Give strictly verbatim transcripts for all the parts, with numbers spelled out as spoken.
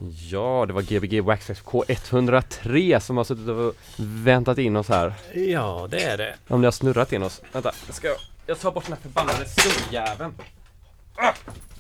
Ja, det var G B G Waxxed K etthundratre som har suttit och väntat in oss här. Ja, det är det. Om ni har snurrat in oss. Vänta, jag ska jag tar bort den här förbannade stoljäveln. Ah!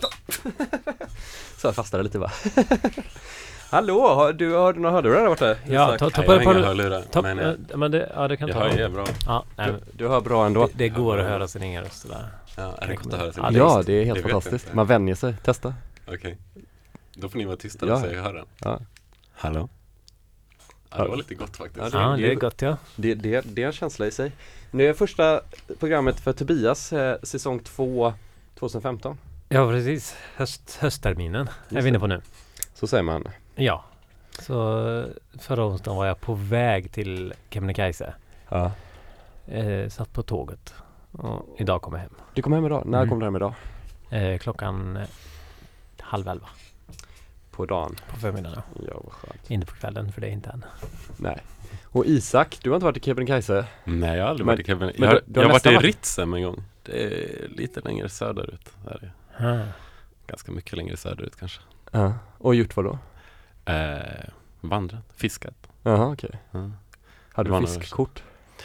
Så jag fastnade lite va. Hallå, har du, har du några hörlurar där borta? Ja, ta, ta Nej, på jag ett har par... inga hörlurar, Ta, men äh, jag, men det, ja, det kan jag ta. hör ju bra. Ja, nej, Du, du hör bra ändå. det, det går att höra sin egen röst där. Ja, är det gott att höra sin Ja, Ja, röst? det är helt Det vet fantastiskt. jag inte. Man vänjer sig. Testa. Okej. Då får ni vara tysta Ja. så jag hör den. Ja. Hallå? Ja, det var lite gott faktiskt. Ja, Ja, det är gott, ja. Det, det, det är en känsla i sig. Nu är första programmet för Tobias eh, säsong två tjugohundrafemton. Ja, precis. Höst, höstterminen är Just vi inne det. på nu. Så säger man. Ja. Så förra onsdagen var jag på väg till Kebnekaise. Ja. Eh, satt på tåget. Och idag kom jag hem. Du kom hem idag. När Mm. kom du hem idag? Eh, klockan eh, halv elva På dagen. på förmiddagen. Ja. Ja, vad skönt. Inte på kvällen, för det är inte än. Nej. Och Isak, du har inte varit i Kebnekaise? Nej, jag har aldrig Men- varit i Kebnekaise. men Jag, har- du- du har jag har varit nästan i varit- Ritsem en gång. Det är lite längre söderut. Där är Ah. ganska mycket längre söderut kanske. Ja. Och gjort vad då? Eh, vandrat, fiskat. Jaha, okej. Ja. Hade Det var du nog- fiskkort?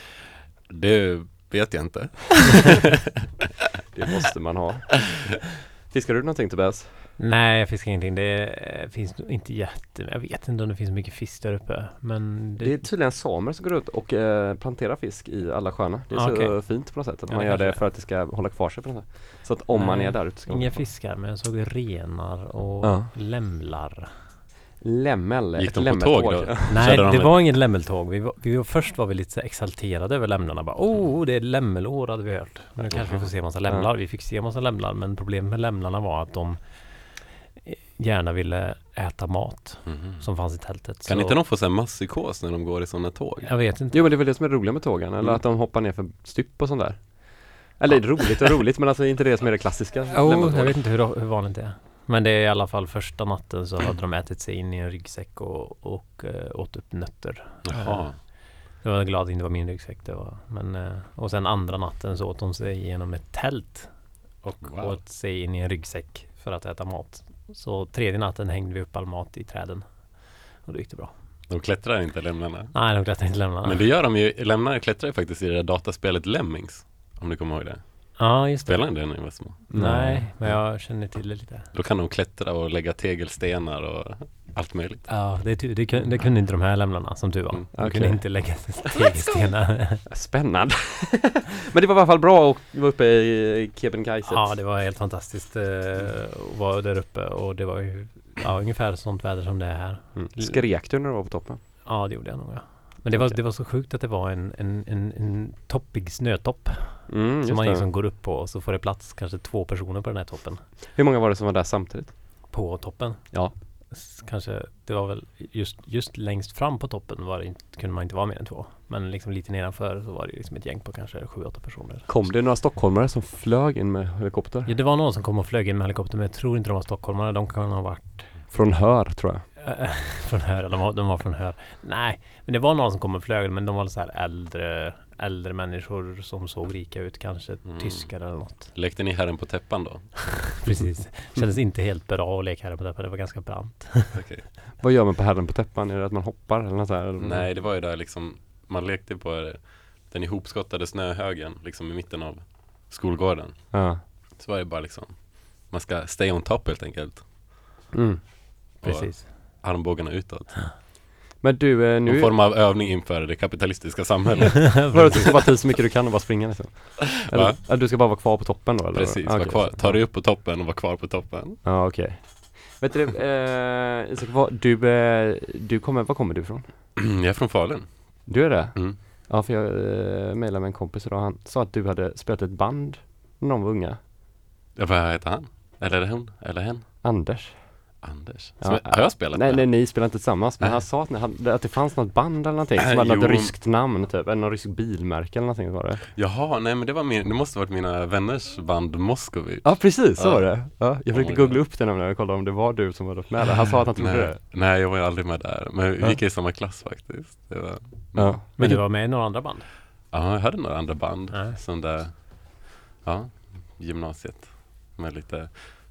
Det vet jag inte. Det måste man ha. Fiskar du någonting Tobias? Nej, jag fiskar ingenting. Det eh, finns nog inte jätte... Jag vet inte om det finns mycket fisk där uppe. Men det, Det är tydligen samer som går ut och eh, planterar fisk i alla sjöarna. Det är Ah, så okej. fint på något sätt. Att Ja, man det gör det kanske för att det ska hålla kvar sig på något sätt. Så att om man Nej, är där ute ska man inga hålla kvar. fiskar, men jag såg renar och Ja. lämlar. Lämmel. Gick ett de på lämmeltåg. tåg då? Nej, Körde de det med- var inget lämmeltåg. Vi var, vi var, först var vi lite så exalterade över lämlarna. Bara, oh, det är lämmelår hade vi hört. Men nu kanske vi får se en massa lämlar. Vi fick se en massa lämlar, men problemet med lämlarna var att de eh, gärna ville äta mat Mhm. som fanns i tältet. Kan Så- inte de få så här masspsykos när de går i sådana tåg? Jag vet inte. Jo men det är väl det som är roligt med tågen. Eller Mm. att de hoppar ner för stup och sånt där. Eller det är roligt och roligt men alltså inte det som är det klassiska. Oh, lämmeltåg. jag vet inte hur, hur vanligt det är. Men det är i alla fall första natten så hade de ätit sig in i en ryggsäck och, och äh, åt upp nötter. Jaha. Jag var glad att det inte var min ryggsäck. Det var. Men, äh, och sen andra natten så åt de sig igenom ett tält och Wow. åt sig in i en ryggsäck för att äta mat. Så tredje natten hängde vi upp all mat i träden. Och då gick det bra. De klättrar inte, lämnarna. Nej, de klättrade inte lämna. Men det gör de ju. Lämnare klättrar ju faktiskt i det där dataspelet Lemmings. Om du kommer ihåg det. Ja, just det. Spelar ni det när ni var små? Nej, men jag känner till det lite. Då kan de klättra och lägga tegelstenar och allt möjligt. Ja, det, det, det, kunde, det kunde inte de här lämlarna som du var. Mm, De okej. kunde inte lägga tegelstenar. Spännande. men det var i alla fall bra att vara uppe i Kebnekaise. Ja, det var helt fantastiskt eh, att vara där uppe och det var ju ja, ungefär sånt väder som det är här. Mm. Skrek du när du var på toppen? Ja, det gjorde jag nog. Ja. Men det var, Okej. det var så sjukt att det var en, en, en, en toppig snötopp Mm, som just man det. liksom går upp på och så får det plats kanske två personer på den här toppen. Hur många var det som var där samtidigt? På toppen. Ja. S- Kanske, det var väl just, just längst fram på toppen var det inte, kunde man inte vara mer än två. Men liksom lite nedanför så var det liksom ett gäng på kanske sju, åtta personer. Kom det några stockholmare som flög in med helikopter? Ja, det var någon som kom och flög in med helikopter, men jag tror inte de var stockholmare. De kan ha varit Från Hör tror jag. äh, från Hör. De var, de var från Hör. Nej, men det var någon som kom och flög, men de var så här äldre, äldre människor som såg rika ut. Kanske Mm. tyskar eller något. Lekte ni herren på täppan då? Precis. Kändes inte helt bra att leka här på det. Det var ganska brant. Okej. Vad gör man på herren på täppan? Är det att man hoppar eller något så här? Nej, det var ju där liksom, man lekte på eh, den ihopskottade snöhögen liksom i mitten av skolgården. Ja. Så var det bara liksom, man ska stay on top helt enkelt. Mm. Precis. Armbågarna utåt. Men du, eh, Någon nu form av övning inför det kapitalistiska samhället. var det att du ska bara ta ut så mycket du kan och bara springa liksom? Eller, Va? att du ska bara vara kvar på toppen då? Eller? Precis, Ah, var okej. kvar, ta dig upp på toppen och var kvar på toppen. Ja, okej. Vet du, eh, Isak, vad, du, eh, du kommer, var kommer du ifrån? Jag är från Falun. Du är det? Mm. Ja, för jag eh, mejlade med en kompis idag. Han sa att du hade spelat ett band när de var unga. Ja, vad heter han? Eller är det hon? Eller hen? Anders. Anders. Ja, Som, har jag spelat Nej, med? nej, ni spelar inte tillsammans. Men Nej. han sa att, ni hade, att det fanns något band eller någonting som Äh, hade något jo. ryskt namn typ. Eller någon rysk bilmärke eller någonting var det. Jaha, nej men det var min, det måste varit mina vänners band Moskovic. Ja, precis. Så Ja. var det. Ja, jag försökte my googla God. upp det nämligen och kolla om det var du som var med där. Han sa att han trodde nej, det. nej, jag var ju aldrig med där. Men vi Ja. gick i samma klass faktiskt. Det var, Ja. Men du var med i några andra band? ja, jag hade några andra band. Nej. Som där, ja, gymnasiet. Med lite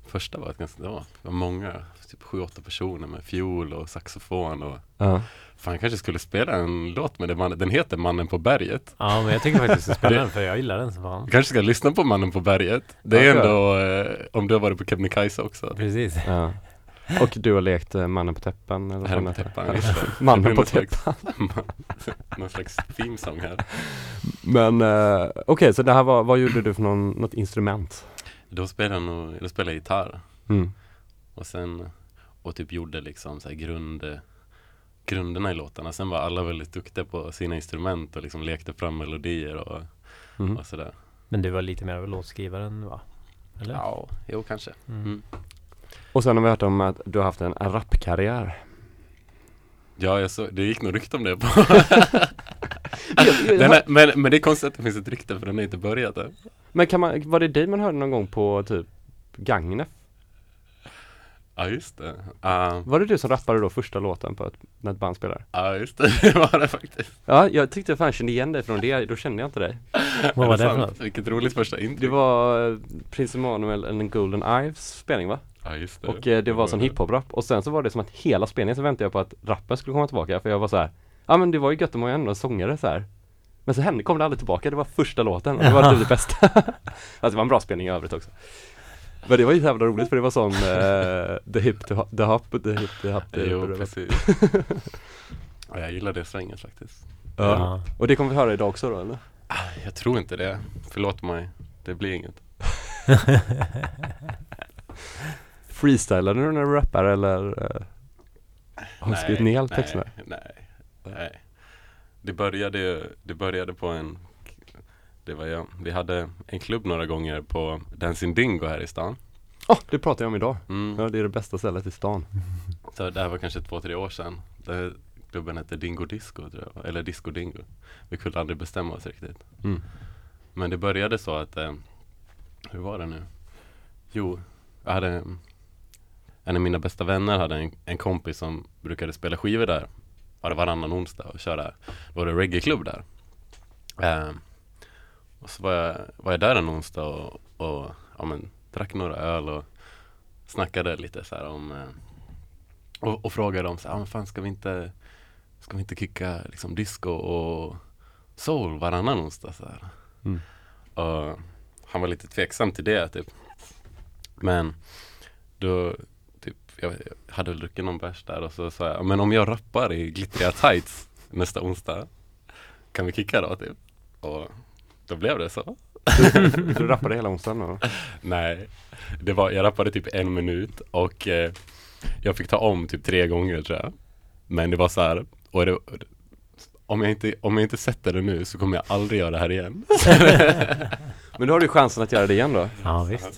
första var ett ganska, det var, det var många, typ sju, åtta personer med fiol och saxofon och Ja. fan, kanske skulle spela en låt med det, man, den heter Mannen på berget. Ja, men jag tycker faktiskt det är spännande för jag gillar den så fan. Kanske ska lyssna på Mannen på berget. Det är Ja, ändå, eh, om du har varit på Kebnekaise också. Precis. Ja. Och du har lekt eh, Mannen på täppan? Eller vad Herren fan på heter täppan, det? just det. Mannen Det på blir någon täppan. slags- Någon slags themesång här. Men eh, okej, så det här var, vad gjorde du för någon, något instrument? Då spelade jag nog, då spelade jag gitarr. Mm. Och sen, och typ gjorde liksom så här grund, grunderna i låtarna. Sen var alla väldigt duktiga på sina instrument och liksom lekte fram melodier och, Mm. och sådär. Men du var lite mer av låtskrivaren, va? Eller? Ja, jo kanske. Mm. Mm. Och sen har vi hört om att du har haft en rapkarriär. Ja, jag så, det gick nog rykte om det på. den är, men, men det är konstigt att det finns ett rykte för den är inte börjat än. Men kan man, var det dig man hörde någon gång på typ Gagnef? Ja, just det. Ja, Var det du som rappade då första låten på ett, när ett band spelar? ja, just det. Det var det faktiskt. Ja, jag tyckte jag fan kände igen dig från det, då kände jag inte dig. Vad var Är det för sant? något? Vilket roligt första intryck. Det var eh, Prins Emanuel and the Golden Ives spelning, va? Ja, just det. Och eh, det var sån hiphop-rap. Och sen så var det som att hela spelningen så väntade jag på att rappen skulle komma tillbaka. För jag var så här, ja men det var ju gött om jag ändå sångare så här. Men så hände, kom det aldrig tillbaka, det var första låten och det var det bästa. Alltså det var en bra spelning i övrigt också. Men det var ju jävla roligt för det var sån uh, the hip, the hop, the hop, the hip, the hop, the Jo, hip. precis. Ja, jag gillar det svängen faktiskt. Ja. Ja. Och det kommer vi höra idag också då, eller? Ah, Jag tror inte det. Förlåt mig. Det blir inget. Freestylade du när du rappar eller uh, har du skrivit ner all texterna? Nej, nej, nej. Det började, det började på en, det var jag, vi hade en klubb några gånger på Dancing Dingo här i stan. Åh, oh, det pratar jag om idag. Mm. Ja, det är det bästa stället i stan. Så det här var kanske två, tre år sedan. Det, klubben hette Dingo Disco, tror jag. Eller Disco Dingo. Vi kunde aldrig bestämma oss riktigt. Mm. Men det började så att, eh, hur var det nu? Jo, jag hade, en av mina bästa vänner hade en, en kompis som brukade spela skivor där. Var det varannan onsdag och köra. Då var det reggae-klubb där. Eh, och så var jag, var jag där en onsdag och, och ja, men, drack några öl och snackade lite så här om eh, och, och frågade om så här, ah, men fan ska vi inte ska vi inte kicka liksom disco och soul varannan onsdag så här. Mm. Och han var lite tveksam till det typ. Men då typ jag hade väl druckit någon bärs där och så sa jag, men om jag rappar i glittriga tights nästa onsdag kan vi kicka då typ. Och då blev det så. Du, du rappade hela onsdagen då? Nej, det var, jag rappade typ en minut och eh, jag fick ta om typ tre gånger tror jag. Men det var så här, och det, om, jag inte, om jag inte sätter det nu så kommer jag aldrig göra det här igen. Men då har du chansen att göra det igen då. Ja, visst.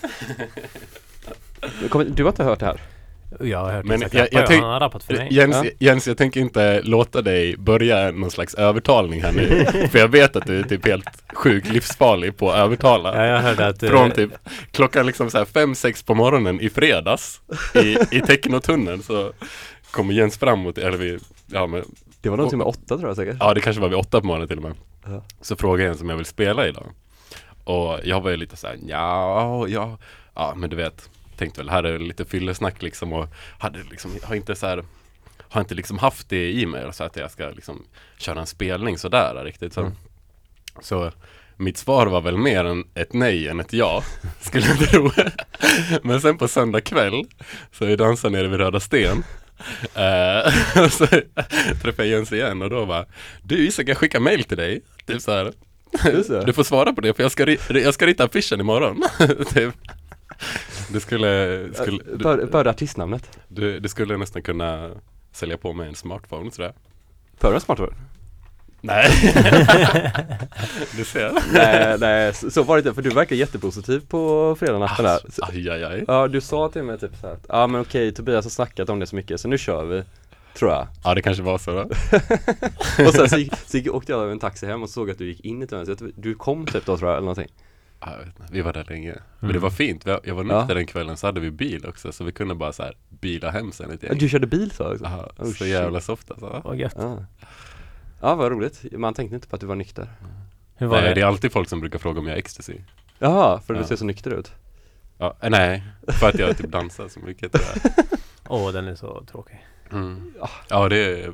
Du har inte hört det här? Jag har hört Men Isak jag- rappa, jag ja, tänk- han har rappat för mig. Jens, Ja. Jens, jag tänker inte låta dig börja någon slags övertalning här nu. För jag vet att du är typ helt sjuk, livsfarlig på att övertala. Ja, jag hörde att... eh, Från typ klockan liksom så här fem, sex på morgonen i fredags i, i Technotunneln så kommer Jens framåt, eller vi, ja men Det var någonting med åtta tror jag säkert. ja det kanske var vid åtta på morgonen till och med. Ja. Så frågade jag Jens om jag vill spela idag. Och jag var ju lite så här, ja, ja, ja men du vet, tänkte väl här är lite fyllesnack liksom och hade liksom, har inte så här, har inte liksom haft det i mig så att jag ska liksom köra en spelning sådär riktigt så. Mm. Så mitt svar var väl mer en, ett nej än ett ja, skulle jag tro. Men sen på söndag kväll så är jag dansade nere vid Röda Sten. Uh, och så träffade jag Jens igen och då var du Isak, jag skickar mail till dig. Typ så här. Just det. Du får svara på det för jag ska, ri- jag ska rita affischen imorgon. typ. Du skulle, skulle du, Bör, börja artistnamnet. du, du skulle nästan kunna sälja på mig en smartphone tror jag. Före en smartphone? Nej. Du ser. nej, nej, så, så var det inte. För du verkar jättepositiv på fredagsnatten där. Så, Aj, aj, aj. ja, du sa till mig typ så här att, ja men okej, Tobias har snackat om det så mycket så nu kör vi, tror jag. Ja, det kanske var så då. Och sen så, gick, så gick, åkte jag över en taxi hem och såg att du gick in i tunneln. Så jag, du kom typ då tror jag, eller någonting. Ja, jag vet inte. Vi var där länge. Men Mm. det var fint. Vi- Jag var nykter Ja. den kvällen så hade vi bil också. Så vi kunde bara så här bila hem sen ett Ja, gäng. du körde bil så också? Aha, Oh, så shit. jävla soft alltså. Vad gött. Ja. Ja, vad roligt. Man tänkte inte på att du var nykter. Hur var Nej, det? det är alltid folk som brukar fråga om jag är ecstasy. Jaha, för du Ja. ser så nykter ut. Ja, äh, nej, för att jag typ dansar så mycket tror jag. Åh, den är så tråkig. Mm. Ja, det är...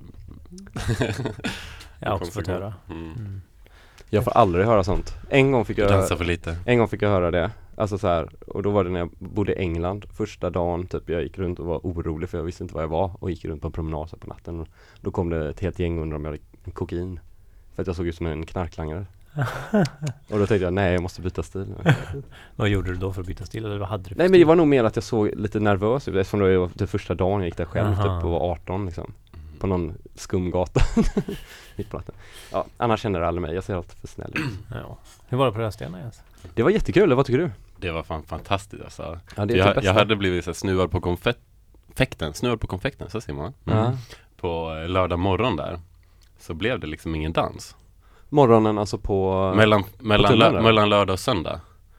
Jag har också fått höra. Mm. Mm. Jag får aldrig höra sånt. En gång fick jag Dansa för lite. En gång fick jag höra det. Alltså så här, och då var det när jag bodde i England. Första dagen typ, jag gick runt och var orolig för jag visste inte var jag var. Och gick runt på en promenad så på natten. Och då kom det ett helt gäng och undrade om jag hade kokain. För att jag såg ut som en knarklangare. Och då tänkte jag, nej jag måste byta stil. Vad gjorde du då för att byta stil? Eller vad hade du för Nej men stil? det var nog mer att jag såg lite nervös ut. Eftersom det var det första dagen jag gick där själv Aha. typ och var arton liksom. På någon skumgata. Mitt på natten. Ja, annars känner det aldrig mig. Jag ser alltid för snäll ut. Ja. Hur var det på Rödstena ens? Det var jättekul, vad tycker du? Det var fan fantastiskt alltså. Ja, det är jag, typ jag bästa. hade blivit så här snuvad på konfekten. Snuvad på konfekten, så ser man. Ja. På eh, lördag morgon där. Så blev det liksom ingen dans. Morgonen alltså på... Mellan, mellan, tunneln lö- där? mellan lördag och söndag.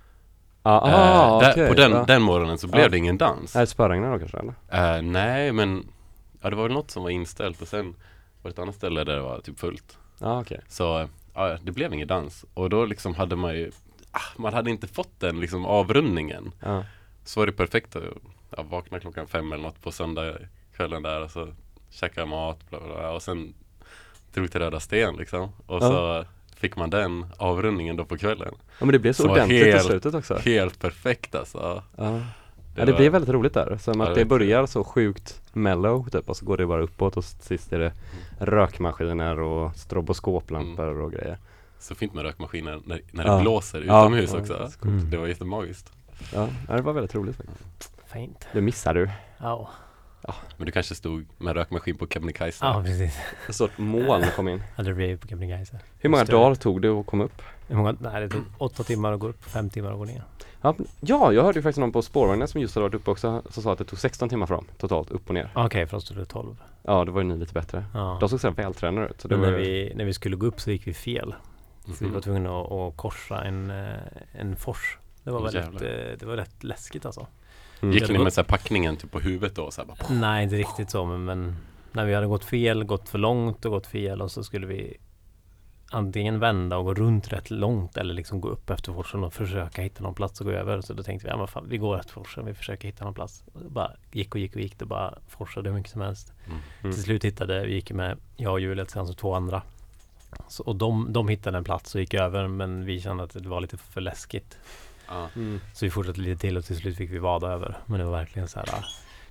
Ah, Eh, ah, där, okej. på den, Ja. den morgonen så blev Ja. det ingen dans. Är det spöregnar då kanske eller? Eh, nej, men ja, det var väl något som var inställt och sen var det ett annat ställe där det var typ fullt. Ja okej. Så eh, ja, det blev ingen dans. Och då liksom hade man ju, ah, man hade inte fått den liksom avrundningen. Ja. Så var det perfekt att ja, vakna klockan fem eller något på söndag kvällen där och så käka mat bla, bla, bla, och sen drog till Röda Sten liksom. Och Ja. så fick man den avrundningen då på kvällen. Ja men det blev så Så var ordentligt helt- i slutet också. Helt perfekt alltså. Ja. Det Ja, det var- blev väldigt roligt där. Som Ja, att det det var- börjar så sjukt mellow typ och så går det bara uppåt och sist är det rökmaskiner och stroboskoplampor och grejer. Så fint med rökmaskiner när, när Ja. det blåser Ja. utomhus Ja, också. det är så coolt. Det var jättemagiskt. Ja, ja, det var väldigt roligt faktiskt. Fint. Det missar du. Ja. Men du kanske stod med rökmaskin på Kebnekaise. Ja, precis. Ett stort moln kom in. Hade det blivit på Kebnekaise. Hur många Just det. dagar tog det att komma upp? Hur många? Nej, det tog åtta timmar att gå upp, fem timmar att gå ner. Ja, ja, jag hörde ju faktiskt någon på spårvagnen som just hade varit uppe också som sa att det tog sexton timmar fram totalt upp och ner. Okej, okay, för oss stod det tolv. Ja, det var ju ni lite bättre. Ja. De såg så här vältränade ut. Så det Men var när, ju- vi, när vi skulle gå upp så gick vi fel. Så vi Mhm. var tvungna att, att korsa en, eh, en fors. Det var Åh, väldigt, jävlar. eh, det var rätt läskigt alltså. Mm. Gick hade ni gått- med så här packningen typ på huvudet då? Så här, bara, Nej, inte riktigt så, men, men när vi hade gått fel, gått för långt och gått fel och så skulle vi antingen vända och gå runt rätt långt eller liksom gå upp efter forsen och försöka hitta någon plats att gå över. Så då tänkte vi, ja men fan, vi går efter forsen, vi försöker hitta någon plats. Och det bara gick och gick och gick, det bara forsade hur mycket som helst. Mm. Mm. Till slut hittade, vi gick med jag och Julia tillsammans och två andra. Så, och de, de hittade en plats och gick över, men vi kände att det var lite för läskigt. Ja. Mm. Så vi fortsatte lite till och till slut fick vi vada över. Men det var verkligen så här, ah,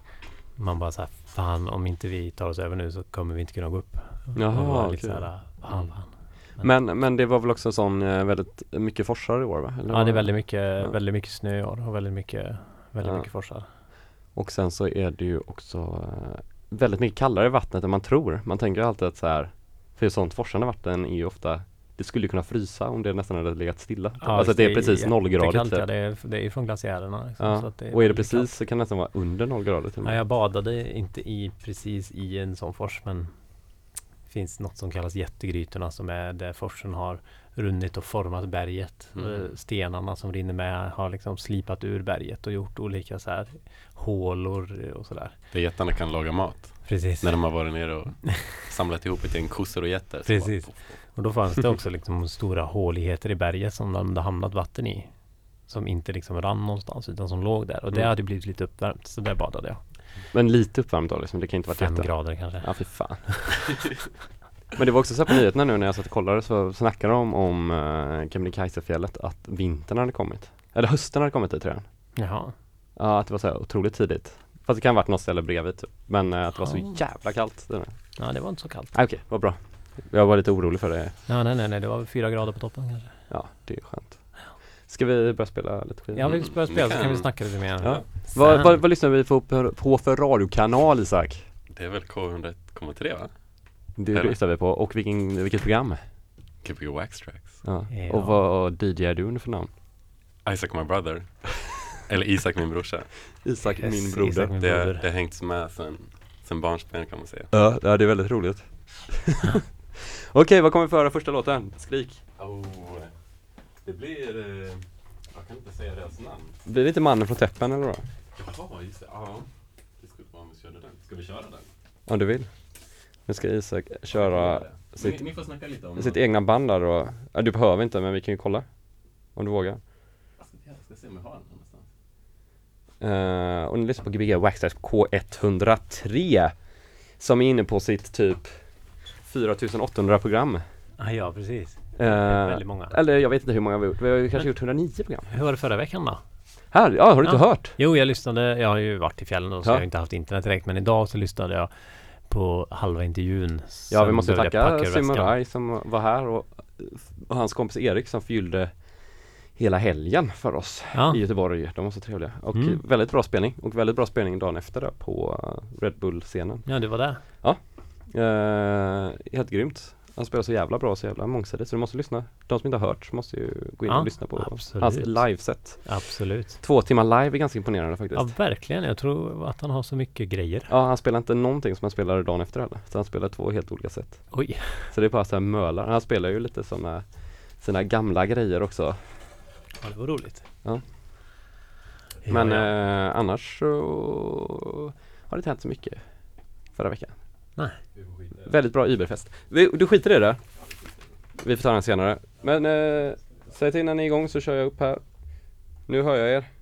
man bara så här, fan om inte vi tar oss över nu så kommer vi inte kunna gå upp. Jaha, det var okej. lite så här, ah, fan, fan. Men, men det var väl också sån eh, väldigt mycket forsar i år va? Eller Ja, det är vad? väldigt mycket, Ja. väldigt mycket snö i år och väldigt mycket, väldigt Ja. mycket forsar. Och sen så är det ju också eh, väldigt mycket kallare i vattnet än man tror. Man tänker ju alltid att så här, för sånt forsande vatten är ju ofta, det skulle ju kunna frysa om det nästan hade legat stilla. alltså att det är precis nollgradigt. jättekallt, ja, Typ. det är, det är från glaciärerna. Liksom, Ja. så att det Och är det väldigt kallt. precis så kan det nästan vara under nollgradigt. till och Ja, med. jag badade inte i precis i en sån fors, men det finns något som kallas jättegrytorna som är där forsen har runnit och format berget. Mm. Och stenarna som rinner med har liksom slipat ur berget och gjort olika så här hålor och sådär. Där gettarna kan laga mat. Precis. När de har varit nere och samlat ihop ett gäng kossor och getter. så Precis. bara, Och då fanns det också liksom stora håligheter i berget som de hade hamnat vatten i. Som inte liksom rann någonstans utan som låg där. Och det Mm. hade blivit lite uppvärmt. Så där badade jag. Men lite uppvärmt då liksom, det kan inte vara Fem jätte. grader kanske. Ja, fy fan. Men det var också så här på nyheterna nu när jag satt och kollade så snackade de om uh, Kebnekaisefjället att vintern hade kommit. Eller hösten hade kommit dit tror jag. Jaha. Ja, att det var så här otroligt tidigt. Fast det kan ha varit något ställe bredvid typ. Men uh, att det var så Ja. jävla kallt. Nej, Ja, det var inte så kallt. okej, vad bra. Jag var lite orolig för det. Ja, nej, nej, nej. Det var väl fyra grader på toppen kanske. Ja, det är skönt. Ska vi börja spela lite skit? Ja, vi börjar spela så kan- kan vi snacka lite mer. Ja. Sen- Vad, vad, vad lyssnar vi på, på, på för radiokanal, Isak? Det är väl K hundra ett komma tre va? Det Eller? lyssnar vi på. Och vilken, vilket program? G P G Wax Tracks. Ja. Ja. Och vad D J är du för namn? Isaac my brother. Eller Isak min brorsa. Isak, Yes, min broder. Isak, min Det, broder. det har hängts med sen, sen barnsben kan man säga. Ja, ja, det är väldigt roligt. Okej, vad kommer vi föra första låten? Skrik. Oh, det blir... Eh, jag kan inte säga deras namn. Blir det inte Mannen från Täppen eller då? Jaha, just det. Ja. Det skulle vara om vi körde den. Ska vi köra den? Om du vill. Nu ska Isak köra Ni, sitt, ni får snacka lite om sitt egna band där och, ja, du behöver inte men vi kan ju kolla. Om du vågar. Jag ska, jag ska se om jag har den någonstans. Uh, och ni lyssnar på G B G Waxxed K etthundratre som är inne på sitt typ fyratusen-åttahundra program. Ah, ja, precis. Uh, väldigt många. Eller jag vet inte hur många vi har gjort. Vi har ju kanske Men, gjort hundranio program. Hur var det förra veckan då? Här, ja, har du inte Ja. hört? Jo, jag lyssnade. Jag har ju varit i fjällen och så Ja. jag har inte haft internet direkt. Men idag så lyssnade jag på halva intervjun. Ja, vi Sen måste behövde jag tacka packa väskan. Simon som var här och, och hans kompis Erik som fyllde hela helgen för oss Ja. i Göteborg. De var så trevliga. Och Mm. väldigt bra spelning. Och väldigt bra spelning dagen efter där på uh, Red Bull-scenen. Ja, det var det. Uh, helt grymt. Han spelar så jävla bra, så jävla mångsidigt. Så du måste lyssna. De som inte har hört måste ju gå in Ja, och lyssna på absolut. hans liveset. Absolut. Två timmar live är ganska imponerande faktiskt. Ja, verkligen. Jag tror att han har så mycket grejer. Ja, han spelar inte någonting som han spelade dagen efter heller. Så han spelar två helt olika sätt. Oj. Så det är bara så här mölar. Han spelar ju lite såna sina gamla grejer också. Ja, det var roligt. Ja. Ja, Men ja. Eh, annars så har det inte hänt så mycket förra veckan. Nej. Väldigt bra Uberfest. Vi, du skiter i det där. Vi får ta den senare. Men eh, säg till när ni är igång så kör jag upp här. Nu hör jag er.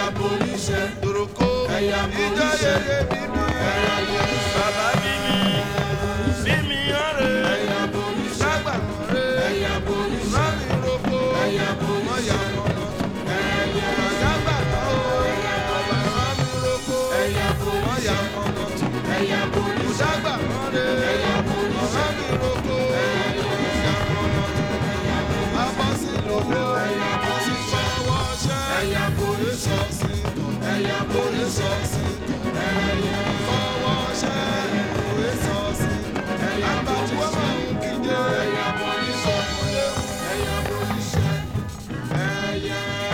boríṣẹ́ Doroko ẹ̀yà boríṣẹ́ bíbí ẹ̀yà boríṣẹ́ bàbá bíbí bímí ọ̀rẹ́ ẹ̀yà boríṣẹ́ lágbà ọ̀rẹ́ ẹ̀yà boríṣẹ́ rámi roko ẹ̀yà boríṣẹ́ ẹ̀yà àgbàgbà ẹ̀yà bàbá rámi roko ẹ̀yà boríṣẹ́ ẹ̀yà boríṣẹ́ lágbà ọ̀rẹ́ ẹ̀yà boríṣẹ́ rámi roko ẹ̀yà boríṣẹ́ abọ́sí lówó ẹ̀yà boríṣẹ́ fọwọ́ṣẹ́ ẹ̀yà boríṣẹ́ ẹ̀yà boríṣẹ́ ẹ̀yà fọwọ́ṣẹ́ boríṣẹ́ ẹ̀yà àgbàtí wọ́n máa ń kíje ẹ̀yà boríṣẹ́ ẹ̀yà boríṣẹ́ ẹ̀yà.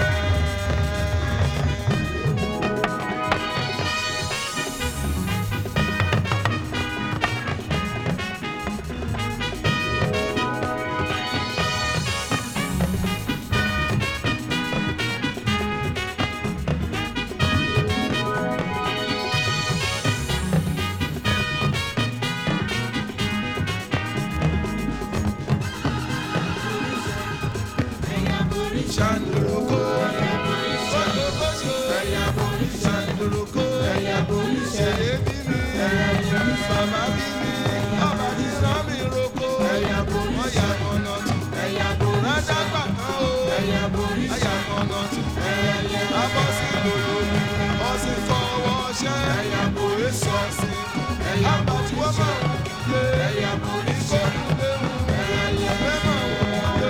Shandoroko, Otokoso, ẹ̀yà boríṣẹ́. Shandoroko, ẹ̀yà boríṣẹ́. Ebimi, ẹ̀yà boríṣẹ́. Bàbá bíbí, ọba ti rán mi roko. Ẹ̀yà boríṣẹ́. Ọ̀yà mọ̀nà tù. Ẹ̀yà boríṣẹ́. Ládàgbà kan o. Ẹ̀yà boríṣẹ́. Ọ̀yà mọ̀nà tù. Ẹ̀yà abọ́sí lòlò. Ọ̀sìn fọwọ́ṣẹ́. Ẹ̀yà boríṣẹ́. Ẹ̀yà àbàtì wọ́n máa ń kíje. Ẹ̀yà boríṣẹ́. Ìkórìléwu. Ẹ̀yà mẹ́mọ̀ wọ̀n lé.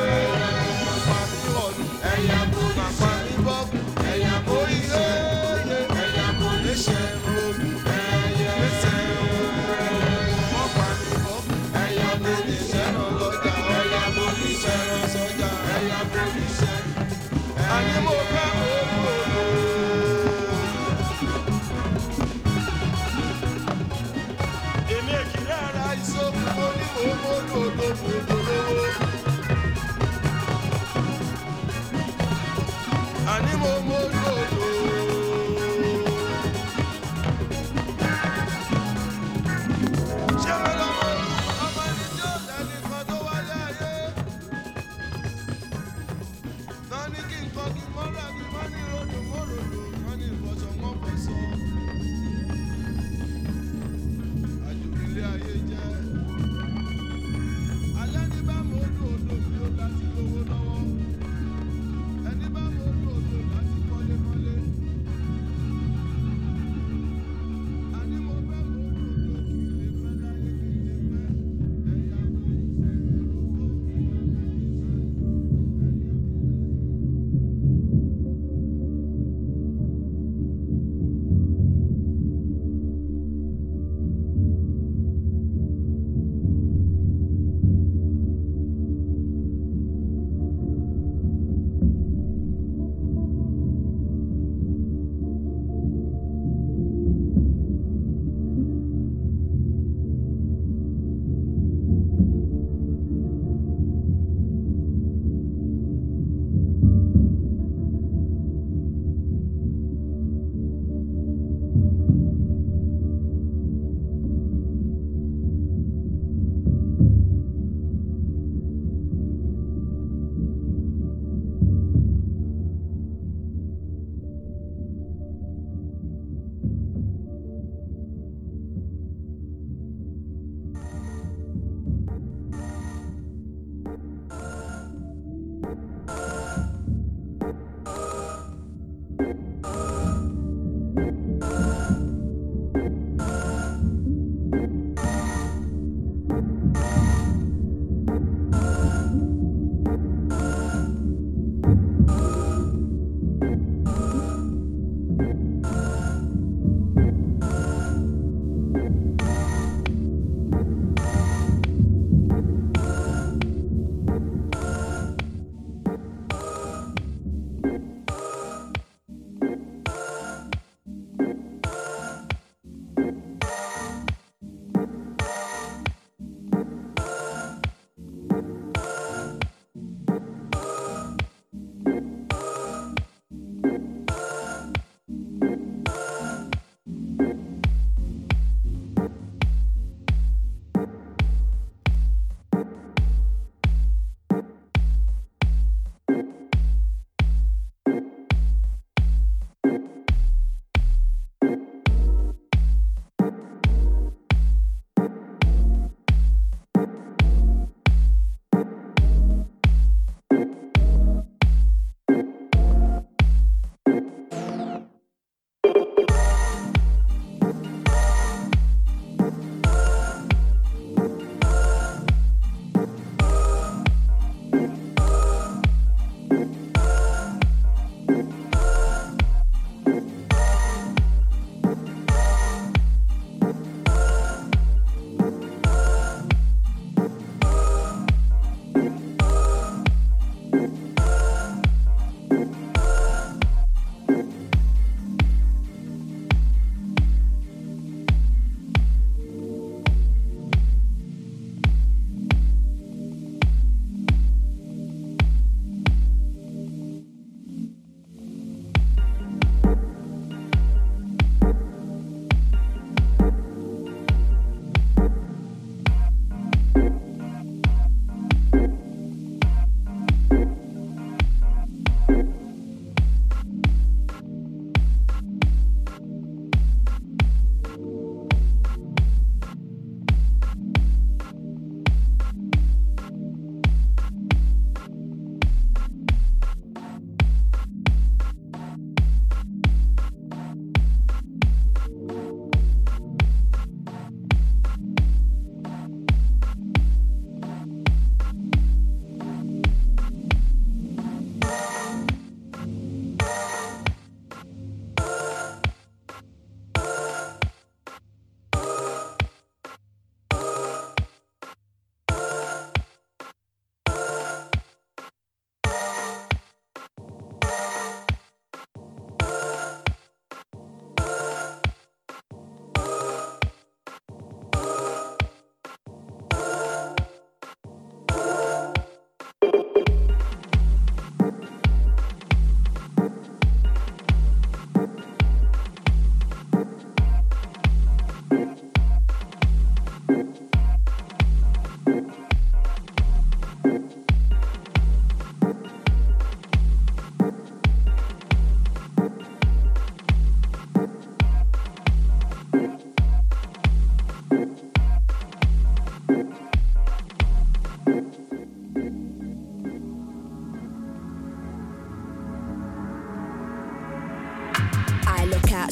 Ẹ̀yà bòríṣẹ́ bọ́ọ̀bù ẹ̀yà bòríṣẹ́ ẹ̀yà bòríṣẹ́ rògbò ẹ̀yà bòríṣẹ́ mọ́pá ní bọ́ọ̀bù ẹ̀yà bòríṣẹ́ ràn lọ́jà ẹ̀yà bòríṣẹ́ ràn sọ́jà ẹ̀yà bòríṣẹ́ àní mo fẹ́ òkòlò. Èmi èkìrí ara ìṣòkò onímọ̀ olódò lówó. Àní mo mọ lòlò. Ṣé mo lọ́mọ ọmọ ẹni tí ó lẹ́ni kan tó wáyé ayé? Náà ní kí n kọ́ kí n mọ́ra kí.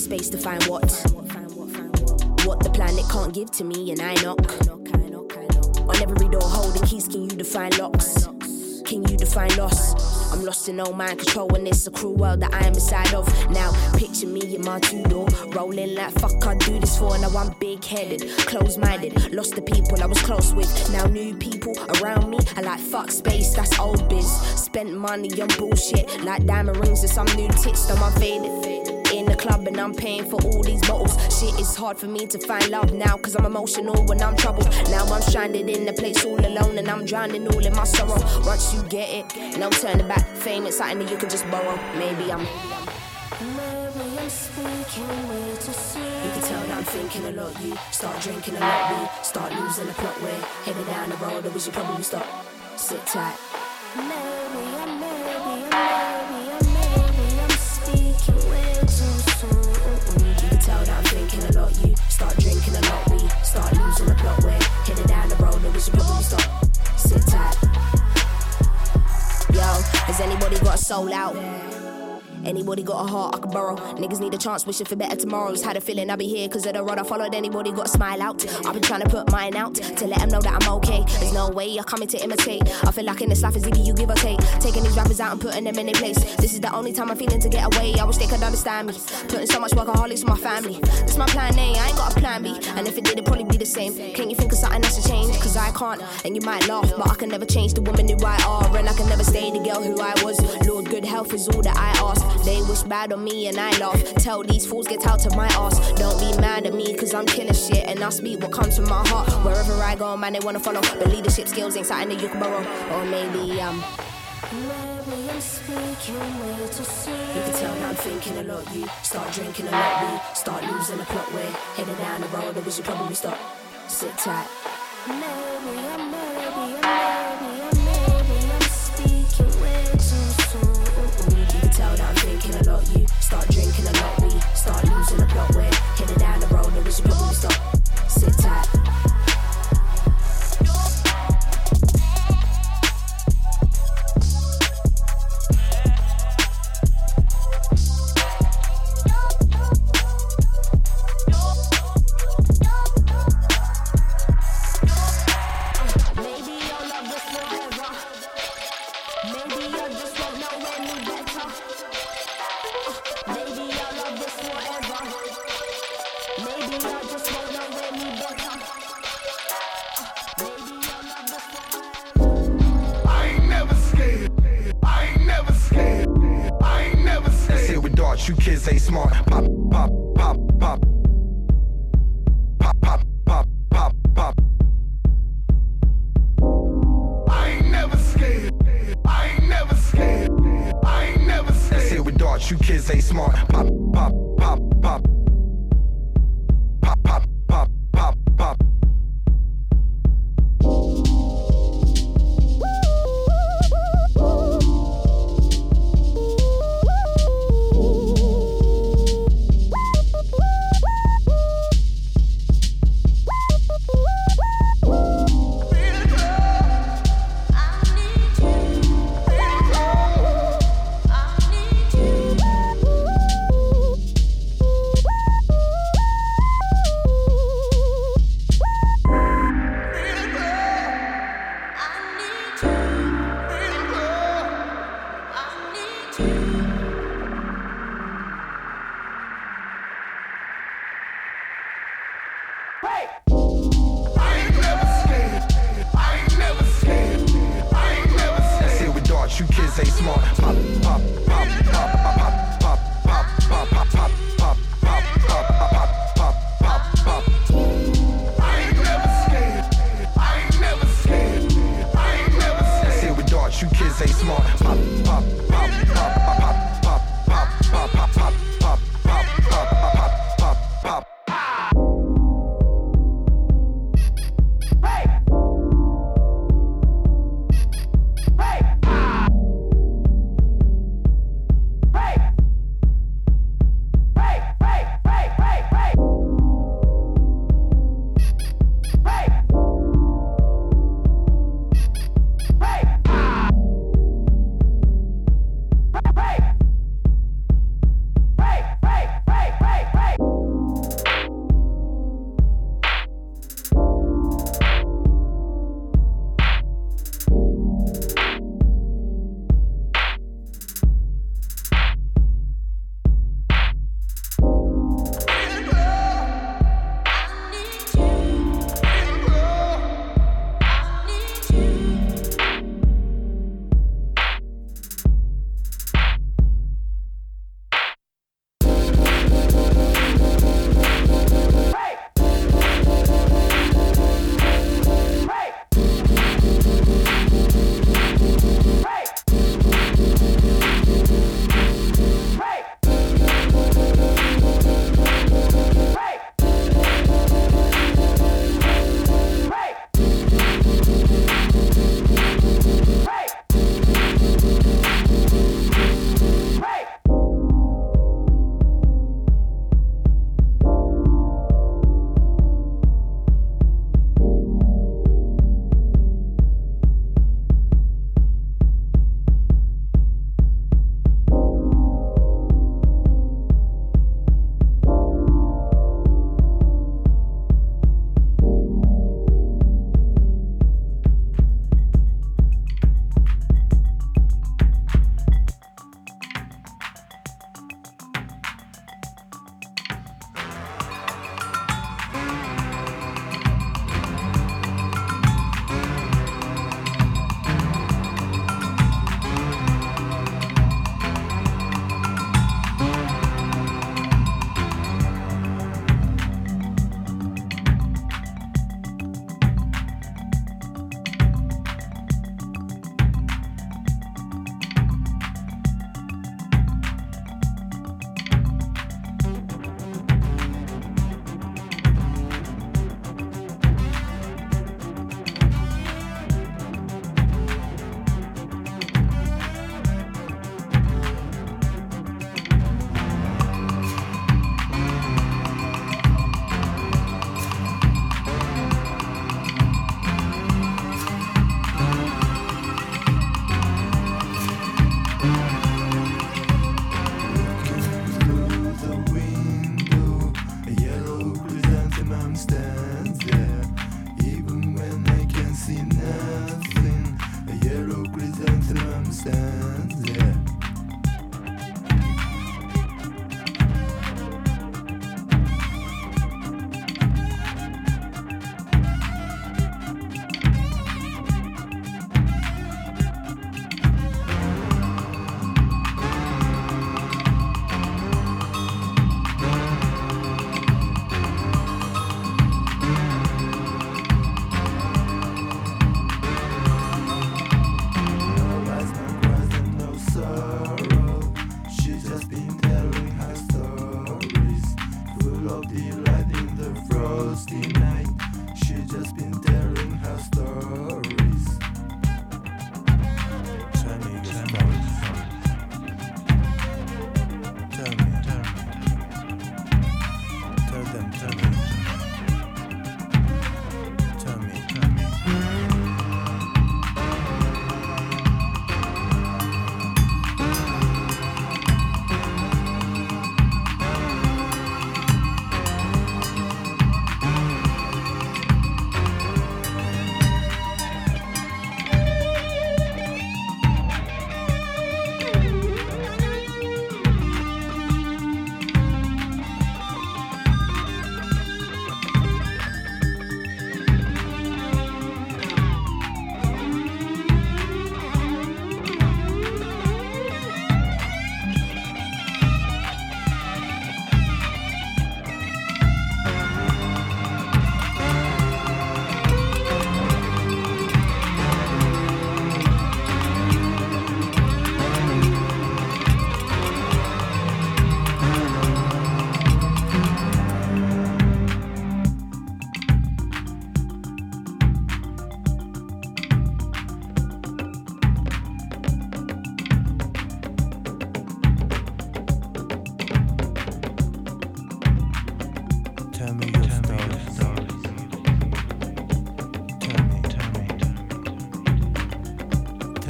space to find what What the planet can't give to me, and I knock on every door holding keys. Can you define locks? Can you define loss? I'm lost in no mind control when it's a cruel world that I am inside of. Now picture me in my two-door, rolling like fuck I do this for. Now I'm big-headed, closed-minded, lost the people I was close with. Now new people around me are like fuck space, that's old biz. Spent money on bullshit like diamond rings and some new tits. Though I'm faded in the club and I'm paying for all these bottles. Shit, it's hard for me to find love now, cause I'm emotional when I'm troubled. Now I'm stranded in the place all alone and I'm drowning all in my sorrow. Once you get it, no turning back. Fame, it's something that you can just borrow. Maybe I'm Maybe I'm speaking way too soon. You can tell that I'm thinking a lot. You start drinking a lot. We start losing the plot. We're headed down the road that we should probably stop. Sit tight. Maybe I'm, maybe I'm, maybe I'm, maybe I'm speaking way too soon. You can tell that I'm thinking a lot. You start drinking a lot. We start losing the plot. We're headed down the road that we should probably stop. Sit tight. Yo, has anybody got a soul out? Anybody got a heart I can borrow? Niggas need a chance, wishing for better tomorrows. Had a feeling I'll be here cause of the road I followed. Anybody got a smile out? I've been trying to put mine out to let them know that I'm okay. There's no way you're coming to imitate. I feel like in this life is either you give or take. Taking these rappers out and putting them in their place. This is the only time I'm feeling to get away. I wish they could understand me. Putting so much workaholics for my family. This my plan A, I ain't got a plan B. And if it did, it'd probably be the same. Can you think of something that's to change? Cause I can't, and you might laugh, but I can never change the woman who I are. And I can never stay the girl who I was. Lord, good health is all that I ask. They wish bad on me and I laugh. Tell these fools get out of my ass. Don't be mad at me cause I'm killing shit and I speak what comes from my heart. Wherever I go, man, they wanna follow. But leadership skills ain't something that you can borrow. Or maybe um maybe I'm speaking way too soon. You can tell that I'm thinking a lot. You start drinking a lot. We start losing the plot. We're headed down the road that we should probably stop. Sit tight. Maybe I'm, maybe I'm, maybe I'm, maybe I'm speaking way too soon. You can tell that I'm thinking a lot. You start drinking a lot. We start losing the plot. We're headed down the road that we should probably stop. Sit tight. You kids ain't smart. Pop, pop, pop, pop. Pop, pop, pop, pop, pop. I ain't never scared. I ain't never scared. I ain't never scared. Let's hit with darts. You kids ain't smart. Pop, pop, pop, pop. Pop, pop, pop, pop, pop. You kids ain't smart. Pop, pop, pop, pop, pop, pop, pop, pop, pop, pop, pop, pop, pop, pop, pop, pop, pop. I ain't never scared. I ain't never scared. I ain't never scared. Let's hit with darts. You kids ain't smart. Pop, pop, pop, pop, pop, pop, pop, pop, pop, pop, pop, pop, pop, pop, pop, pop. Hey! Hey!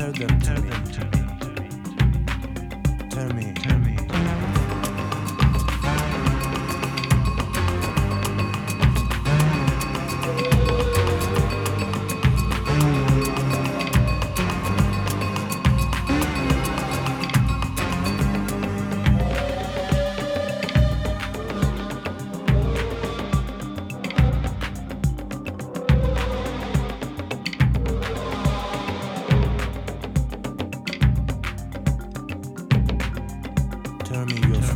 Tell them to me. Tell me. Tell me. Tell me your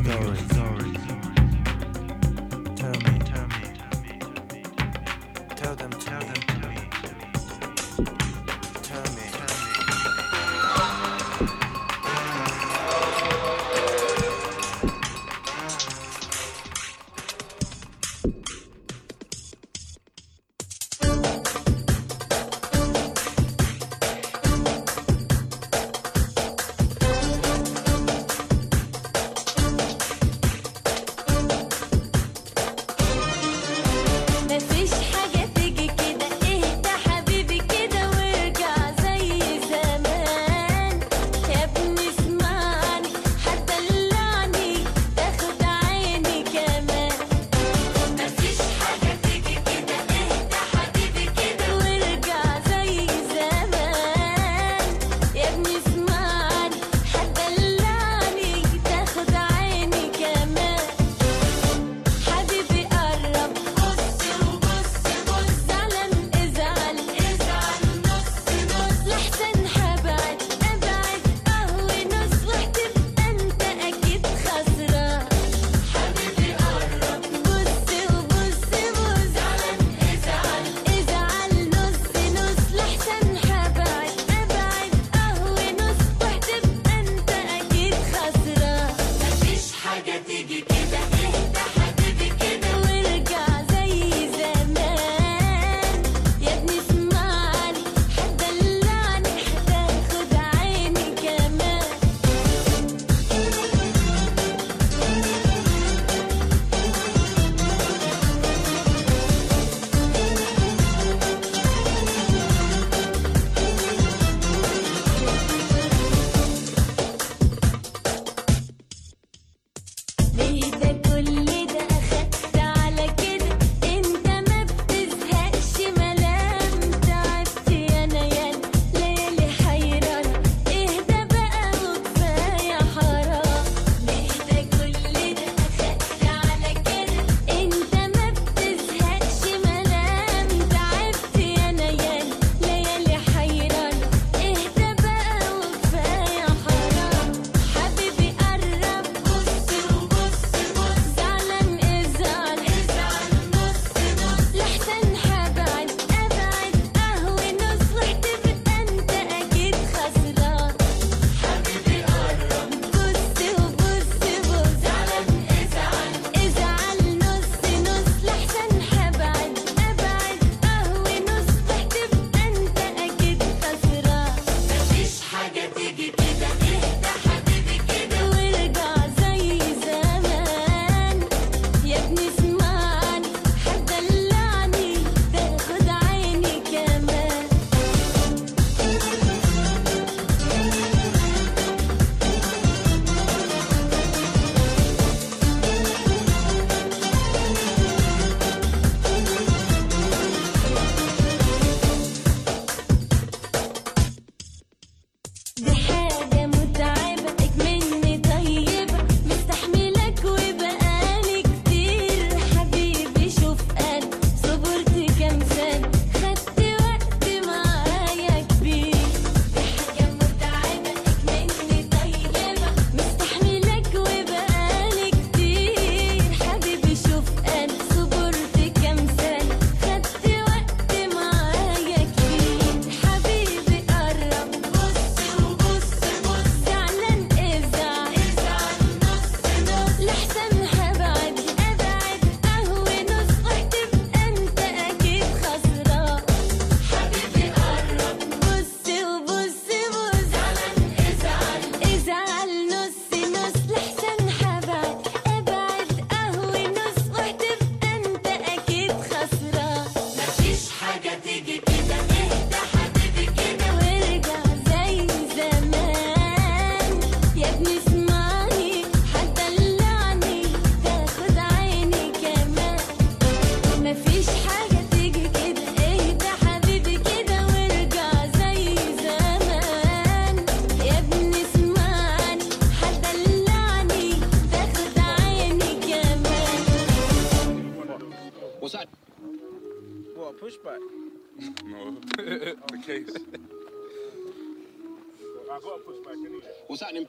What's happening?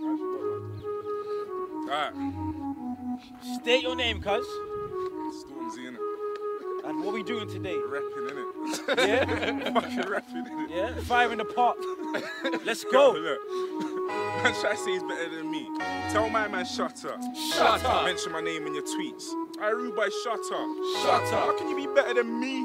Alright. State your name, cuz. Stormzy, innit? And what we doing today? Rapping, innit? Yeah? Fucking rapping, innit? Yeah? Fire in the pot. Let's go. Look. Man, try to say he's better than me. Tell my man, shut up. Shut up. Mention my name in your tweets. I rude boy, shut up. Shut up. How can you be better than me?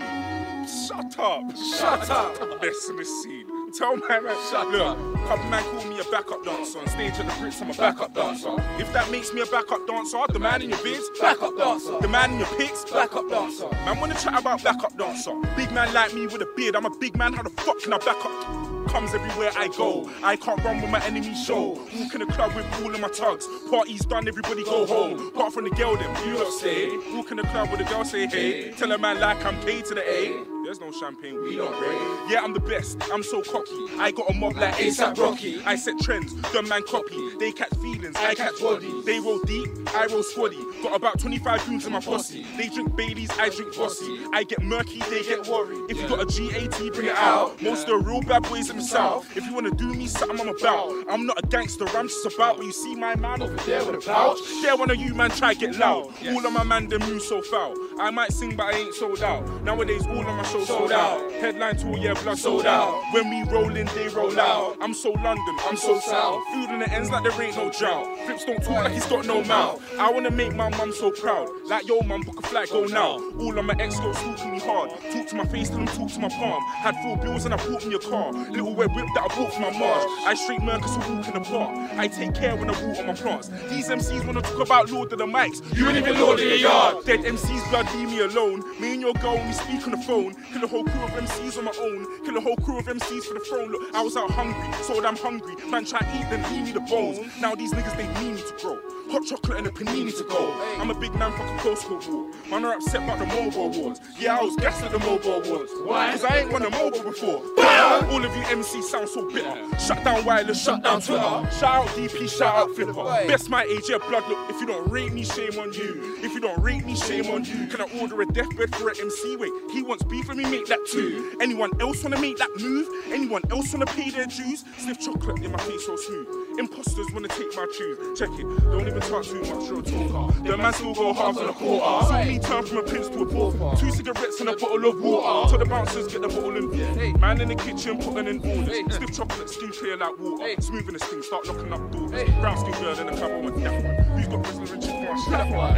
Shut up. Shut up. Best in the scene. Tell my man, shut Look, up. Couple man call me a backup dancer. On stage at the Brits, I'm a backup dancer. If that makes me a backup dancer, the man in your vids, backup dancer. The man in your pics, backup dancer. Man, wanna chat about backup dancer. Big man like me with a beard, I'm a big man, how the fuck can I back up? Comes everywhere I go. I can't run with my enemy show. Walk in the club with all of my tugs. Party's done, everybody go home. Apart from the girl, them you lot stay. Walk in the club with the girl, say hey. Tell a man like I'm K to the A. There's no champagne, we don't break. Yeah, I'm the best, I'm so cocky. I got a mob like ASAP Rocky. I set trends, them man copy. They catch feelings, I catch body. They roll deep, I roll squaddy. Got about twenty-five dudes in my posse. They drink Baileys, I drink Bossy. I get murky, they get worried. If you got a G A T, bring it out. Most of the real bad boys in the south. If you wanna do me something, I'm about. I'm not a gangster, I'm just about. But you see my man over there with a pouch. There one of you man try get loud. All of my man them move so foul. I might sing but I ain't sold out. Nowadays all of my shows sold out. Headline tour, yeah, blood sold out. When we roll in, they roll out. I'm so London, I'm so south. Food in the ends like there ain't no drought. Flips don't talk like he's got no mouth. I wanna make my mum so proud. Like yo mum, book a flight, go now. All of my ex-girls stalking me hard. Talk to my face, tell them talk to my palm. Had four bills and I bought me a car. Little red whip that I bought for my Marge. I straight Mercus who walk in the park. I take care when I water my plants. These M Cs wanna talk about Lord of the Mics. You ain't even Lord of the Yard. Dead M Cs, blood, leave me alone. Me and your girl, we speak on the phone. Kill a whole crew of M Cs on my own. Kill a whole crew of M Cs for the throne. Look, I was out hungry, so damn hungry. Man try to eat them, leave me the bones. Now these niggas, they need me to grow. Hot chocolate and a panini to go. I'm a big man, fuck a postcode war. Man are upset about the mobile awards. Yeah, I was gassed at the mobile awards. Why? Cause I ain't won a mobile before. Bam! All of you M Cs sound so bitter. Shut down wireless, shut down Twitter. Shout out D P, shout out Flipper. Best my age, yeah, blood. Look, if you don't rate me, shame on you. If you don't rate me, shame on you. Can I order a deathbed for an M C? Wait, he wants beef, let me make that too. Anyone else wanna make that move? Anyone else wanna pay their dues? Sniff chocolate in my face so smooth. Imposters wanna take my tune. Check it, don't even talk too much, you're a talker. The man still go halves on a quarter. Saw me turn from a prince to a pauper. Two cigarettes and a bottle of water. Till the bouncers get the bottle and hey. Man in the kitchen putting in orders. Hey. Stiff chocolate, skin clear like water. Hey. Smooth in the skin, start knocking up doors. Hey. Brown skin girl in the club, I want that one. Who's got Wrestler and Chip Marsh? That one.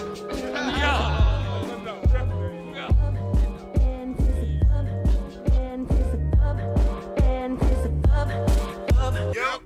Yeah. Yep.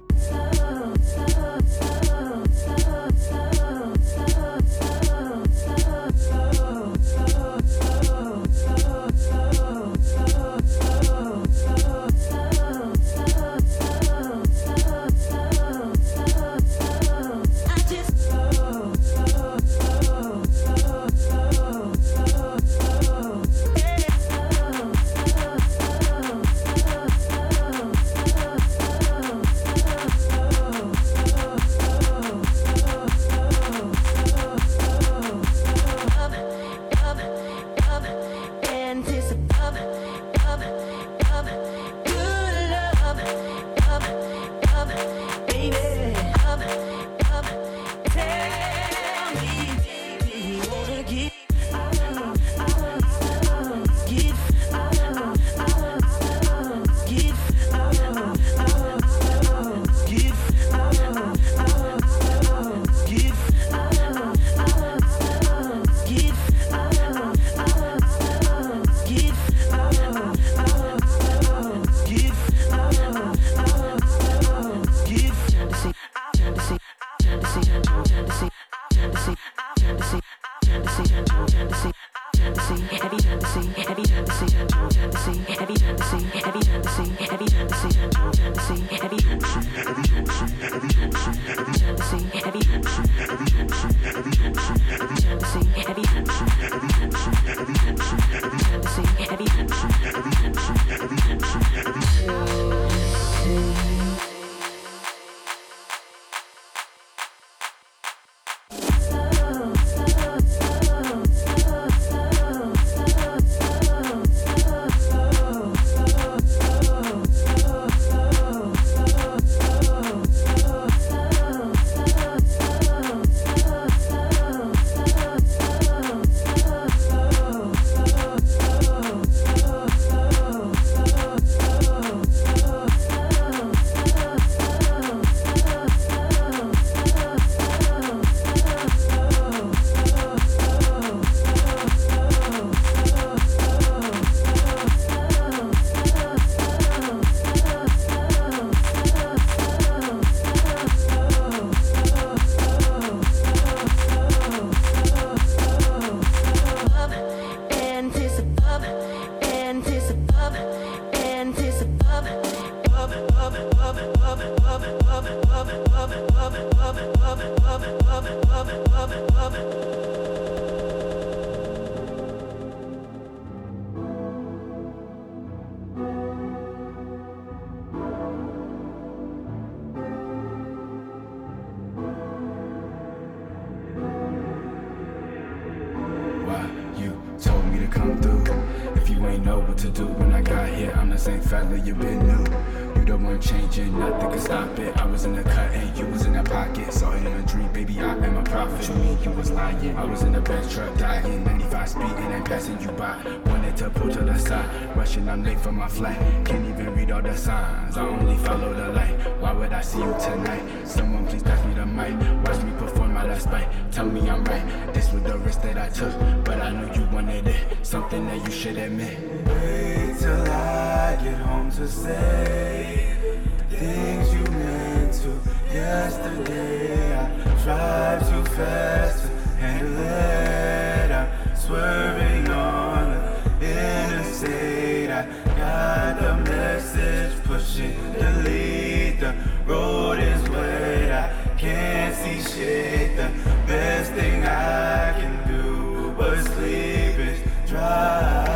Why you told me to come through? If you ain't know what to do when I got here, I'm the same fella you been new. You the one changing, nothing can stop it. I was in the cut and you was in the pocket. Saw it in a dream, baby, I am a prophet. You mean you was lying? I was in the Benz truck dying, ninety-five speeding and passing you by. Wanted to pull to the side, rushing, I'm late for my flight. Can't even read all the signs, I only follow the light. Why would I see you tonight? Someone please pass me the mic. Watch me perform out of spite. Tell me I'm right. This was the risk that I took, but I know you wanted it. Something that you should admit. Wait till I get home to say things you meant to yesterday. I drive too fast to handle it. I'm swerving on the interstate. I got the message pushing delete. The road is wet, I can't see shit. The best thing I can do but sleep is drive.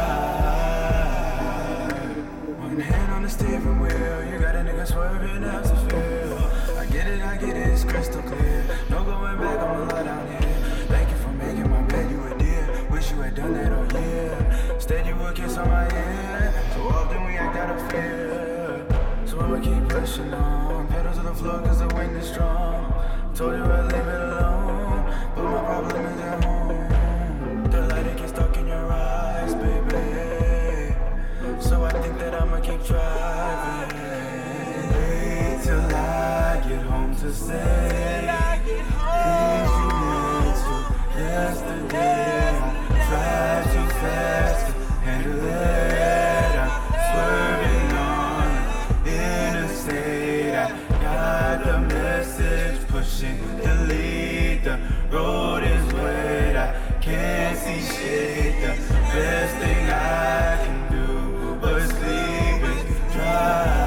One hand on the steering wheel, you got a nigga swerving out to feel. I get it, I get it, it's crystal clear. No going back, I'ma lie down here. Thank you for making my bed, you a dear. Wish you had done that all year. Instead you would kiss on my ear. So often we act out of fear. So I'ma keep pushing on. Pedal to the floor cause the wind is strong. Told you I'd leave it alone, but my problem is at home. The light that gets stuck in your eyes, baby. So I think that I'ma keep driving. Wait till I get home to say things you meant to yesterday. I drive too fast to handle it. I'm swerving on the interstate. I got the message pushing delete. The road is wet, I can't see shit. The best thing I can do but sleep is drive.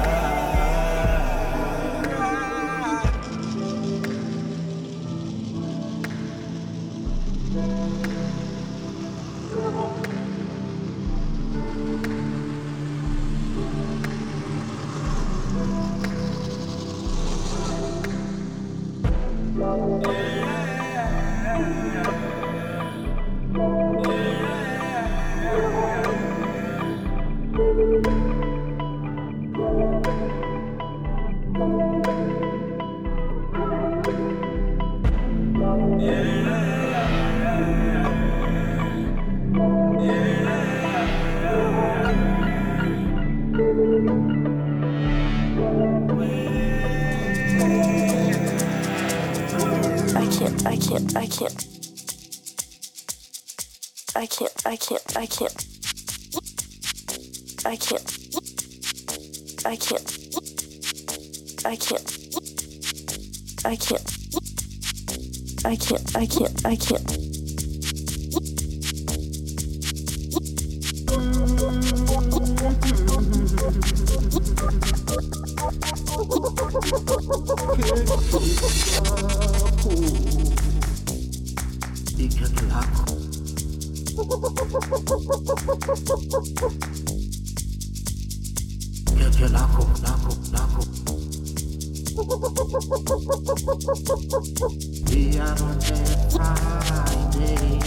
I can't, I can't, I can't, I can't, I can't, I can't, I can't, I can't, I can't, I can't, I can't, I can't. We are on that Friday.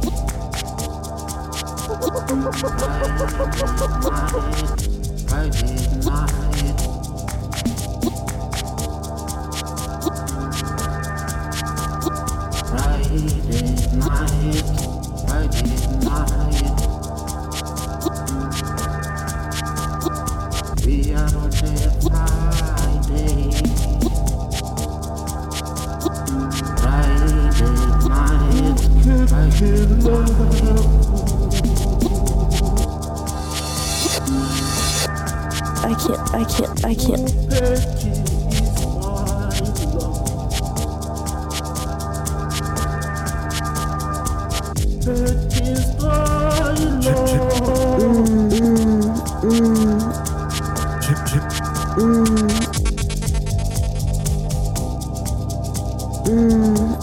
Friday night, Friday night. Friday night, Friday night. We are on that Friday. Friday night, Friday night. I can't, I can't, I can't. Chip, chip. Mm, mm. Chip, chip. Mm. Mm.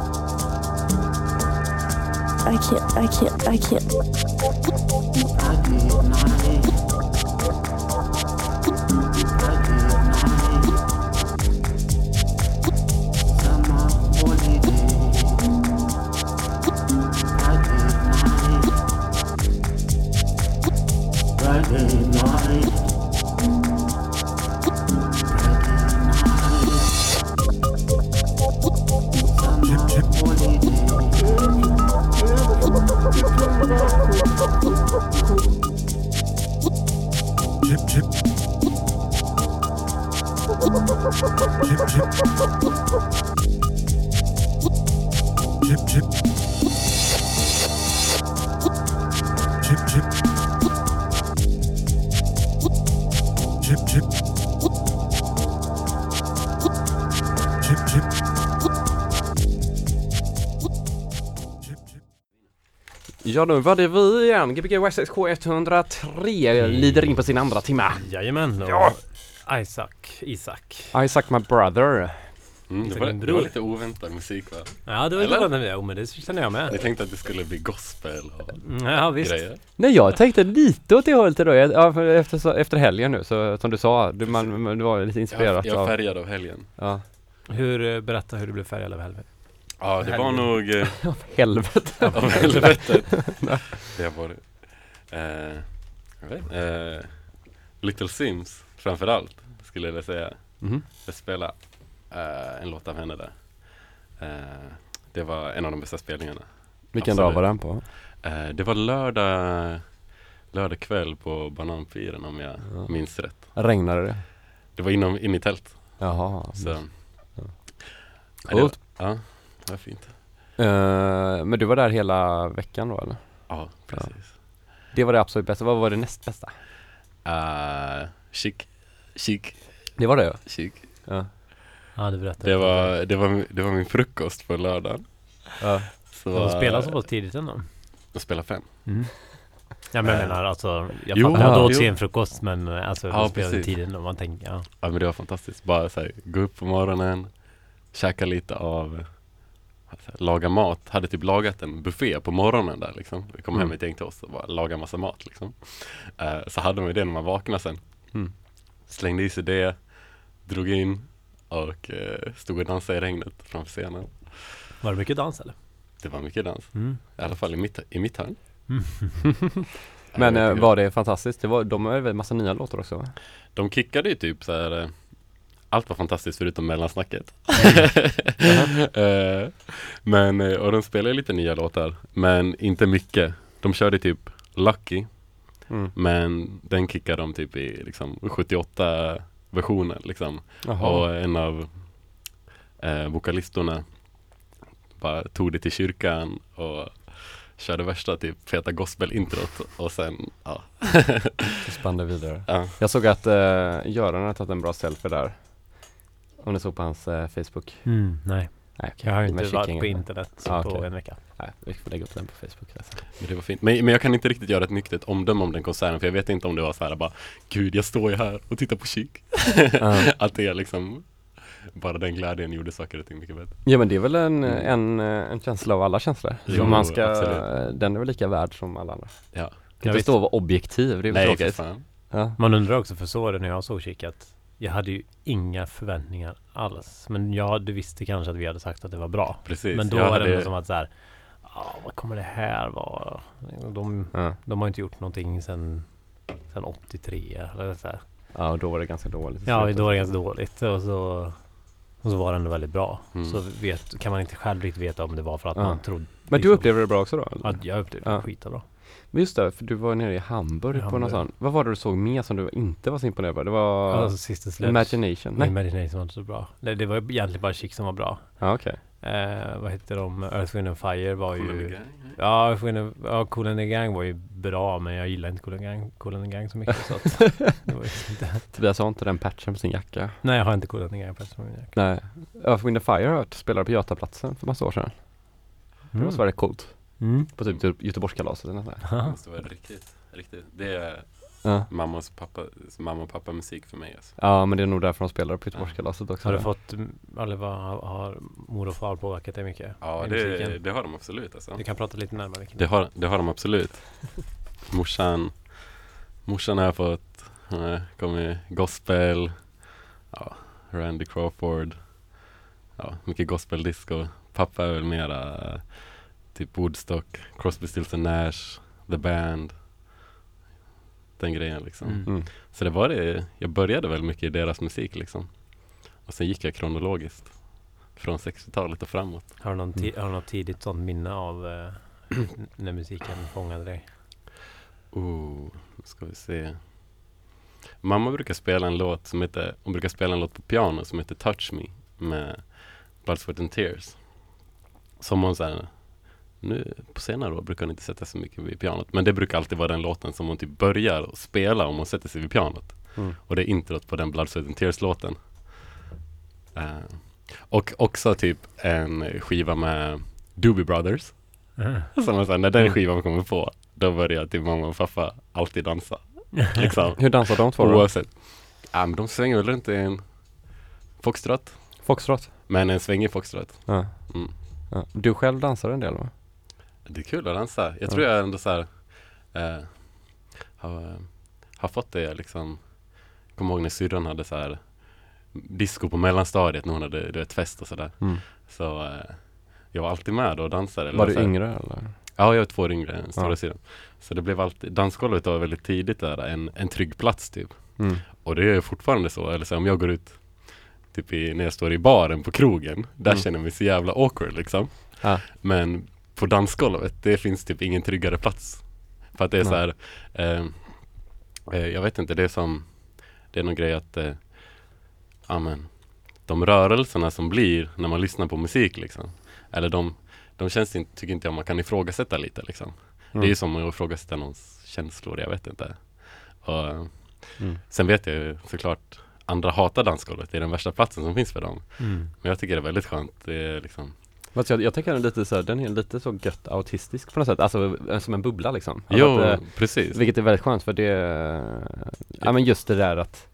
I can't, I can't, I can't. Friday night. Friday night. Summer holiday. Friday night. Friday night. Chip, chip. Chip, chip. Chip, chip. Chip, chip. Chip, chip. Chip, chip. Ja, då var det vi igen. G B G West K ett noll tre lider in på sin andra timme. Jajamän. Och Ja. Isaac, Isak. Isaac, my brother. Mm, det, var, det var lite oväntad musik, va? Ja, det var Eller? lite med. Jo, men det känner jag med. Jag tänkte att det skulle bli gospel och Ja, visst. grejer. Nej, jag tänkte lite åt det hållet då. Ja, för efter, så- efter helgen nu, så som du sa, du, man, man, du var lite Jag, inspirerad jag är av... färgad av helgen. Ja, Hur, eh, berätta hur du blev färgad av helvete. Ja, det var Helgen. nog eh, helvete. av helvetet. Det var det. Eh, jag vet, eh, Little Sims framförallt skulle jag vilja säga. Mhm. Jag spelade eh, en låt av henne där. Eh, det var en av de bästa spelningarna. Vilken Absolut. dag var den på? Eh, det var lördag, lördag kväll på Bananpiren om jag Ja. minns rätt. Regnade det? Det var inom, in i tält. Jaha. Så. Ja. Ja, det var, Coolt. ja, det var fint. Eh, men du var där hela veckan då, eller? Ja, precis. Det var det absolut bästa. Vad var det näst bästa? Uh, chic, chic, Det var det, ja. chic. Ja. Ja, du berättade. Det var, det var, det var min frukost på lördagen. Ja. Så De spelar så pass tidigt ändå. De spelar fem. Mm. Ja, men jag Eh. menar alltså, jag Jo, fattar ja, att du åt jo. sen frukost, men eh, alltså Ja, de spelade precis. tiden och man tänker, ja. Ja, men det var fantastiskt. Bara så här, gå upp på morgonen, käka lite av, alltså, laga mat. Hade typ lagat en buffé på morgonen där liksom. Vi kom Mm. hem ett gäng till oss och bara laga massa mat liksom. Eh, så hade man ju det när man vaknade sen. Mm. Slängde i sig det, drog in och eh, stod och dansade i regnet framför scenen. Var det mycket dans eller? Det var mycket dans. Mm. I alla fall i mitt, i mitt hörn. Men Jag vet eh, inte. var det fantastiskt? Det var, de har väl massa nya låtar också, va? De kickade ju typ så här. eh, Allt var fantastiskt förutom mellansnacket. Eh, men, eh, och de spelade lite nya låtar. Men inte mycket. De körde typ Lucky. Mm. Men den kickade de typ i liksom sjuttioåtta versionen liksom. Jaha. Och en av eh, vokalisterna bara tog det till kyrkan och körde värsta typ feta gospel-introt. Och sen, ja. Så spann det vidare. ja. Jag såg att eh, Göran har tagit en bra selfie där. Om ni såg på hans eh, Facebook. Mm, nej. Nej, Jag har ju inte Men varit kikingen. på internet Ah, på okej. en vecka. Nej, vi får lägga upp den på Facebook. Alltså. Men det var fint. Men, men jag kan inte riktigt göra ett nyktert omdöme om den konserten. För jag vet inte om det var så här bara, gud jag står ju här och tittar på Chic. Ja. Att det är liksom, bara den glädjen gjorde saker och ting mycket bättre. Ja, men det är väl en, en, eh, en känsla av alla känslor. Jo, Så man ska, absolut. den är väl lika värd som alla andra. Ja. Kan Ja, inte visst. stå och vara objektiv, det är väl Nej, för tråkigt. fan. Ja. Man undrar också, för så var det när jag såg Chic, att jag hade ju inga förväntningar alls. Men jag hade visste kanske att vi hade sagt att det var bra. Precis. Men då Jag var det hade- ändå som att så här, ja, vad kommer det här vara? De, Ja. de har inte gjort någonting sedan, sedan åttiotre eller så här. Ja, och då var det ganska dåligt. i Ja, slutet. då var det ganska dåligt. Och så, och så var det ändå väldigt bra. Mm. Så vet, kan man inte själv riktigt veta om det var för att Ja. man trodde. Men du upplevde det bra också då? Eller? Att jag upplevde Ja. det skitbra. Men just det, för du var nere i Hamburg I på någon Hamburg. sån. Vad var det du såg mer som du inte var så imponerad av? Det var Alltså sista släpp. Imagination? Nej. Imagination var inte så bra. Det, det var egentligen bara Chic som var bra. Ja, okej. Eh, vad heter de? Earth, Wind and Fire var Cool and the ju... Gang, Ja, Earth, Wind and, ja, Cool and the Gang var ju bra, men jag gillar inte Cool and the Gang, cool and the Gang så mycket. Så att, det var ju inte. Tobias har inte den patchen på sin jacka. Nej, jag har inte Cool and the Gang på min jacka. Nej. Earth, Wind and Fire har jag hört spelade på Götaplatsen för massa år sedan. Det var så väldigt coolt. Mm. På typ Göteborgskalaset eller nåt sånt där. Ja. Det måste vara riktigt, riktigt. Det är Ja. mammas pappa, mamma och pappa musik för mig alltså. Ja, men det är nog därför de spelar på Göteborgskalaset också. Har du fått, eller vad har, har mor och far påverkat dig mycket? Ja, i det, musiken? det har de absolut alltså. Du kan prata lite närmare. Det har, det har de absolut. Morsan Morsan har jag fått eh, kom i gospel, ja, Randy Crawford, ja, mycket gospel-disco. Pappa är väl mera eh, typ Woodstock, Crosby, Stills and Nash, The Band, den grejen liksom. Mm. Mm. Så det var det, jag började väl mycket i deras musik liksom. Och sen gick jag kronologiskt från sextiotalet och framåt. Har du, någon ti- har du något tidigt sånt minne av eh, n- när musiken fångade dig? Oh, nu ska vi se. Mamma brukar spela en låt som heter, hon brukar spela en låt på piano som heter Touch Me med Blood, Sweat and Tears. Som hon säger, nu på senare år brukar hon inte sätta så mycket vid pianot, men det brukar alltid vara den låten som hon typ börjar spela om hon sätter sig vid pianot. Mm. Och det är introt på den Blood, Sweat and Tears-låten. Uh, och också typ en skiva med Doobie Brothers. Mm. Som man säger, när den skivan kommer på, då börjar typ mamma och pappa alltid dansa. Liksom. Hur dansar de två då? Oavsett. Ja, men de svänger väl runt i en foxtrot. Foxtrot? Men en svängig foxtrot. Ja. Mm. Ja. Du själv dansar en del va? Det är kul att dansa. Jag Ja. tror jag ändå så här eh, har, har fått det liksom. Jag kommer ihåg när syrran hade så här disco på mellanstadiet när hon hade du vet, fest och sådär. Mm. Så eh, jag var alltid med och dansade. Var du så här- yngre eller? Ja, jag var två år yngre än stora Ja. syrran. Så det blev alltid, dansgolvet var väldigt tidigt där, en, en trygg plats typ. Mm. Och det är fortfarande så, eller så om jag går ut typ i, när jag står i baren på krogen, där Mm. känner jag mig så jävla awkward liksom. Ja. Men på dansgolvet, det finns typ ingen tryggare plats. För att det är Nej. så här, eh, eh, jag vet inte, det är som, det är någon grej att, eh, amen, de rörelserna som blir när man lyssnar på musik liksom, eller de, de känns inte, tycker inte jag man kan ifrågasätta lite liksom. Mm. Det är ju som att ifrågasätta någons känslor, jag vet inte. Och, Mm. sen vet jag ju såklart, andra hatar dansgolvet, det är den värsta platsen som finns för dem. Mm. Men jag tycker det är väldigt skönt, det är liksom. Alltså jag, jag tänker den lite så här, den är lite så gött autistisk på något sätt, alltså eh, som en bubbla liksom. Alltså Jo, att, eh, precis. vilket är väldigt skönt för det, ja men just det där att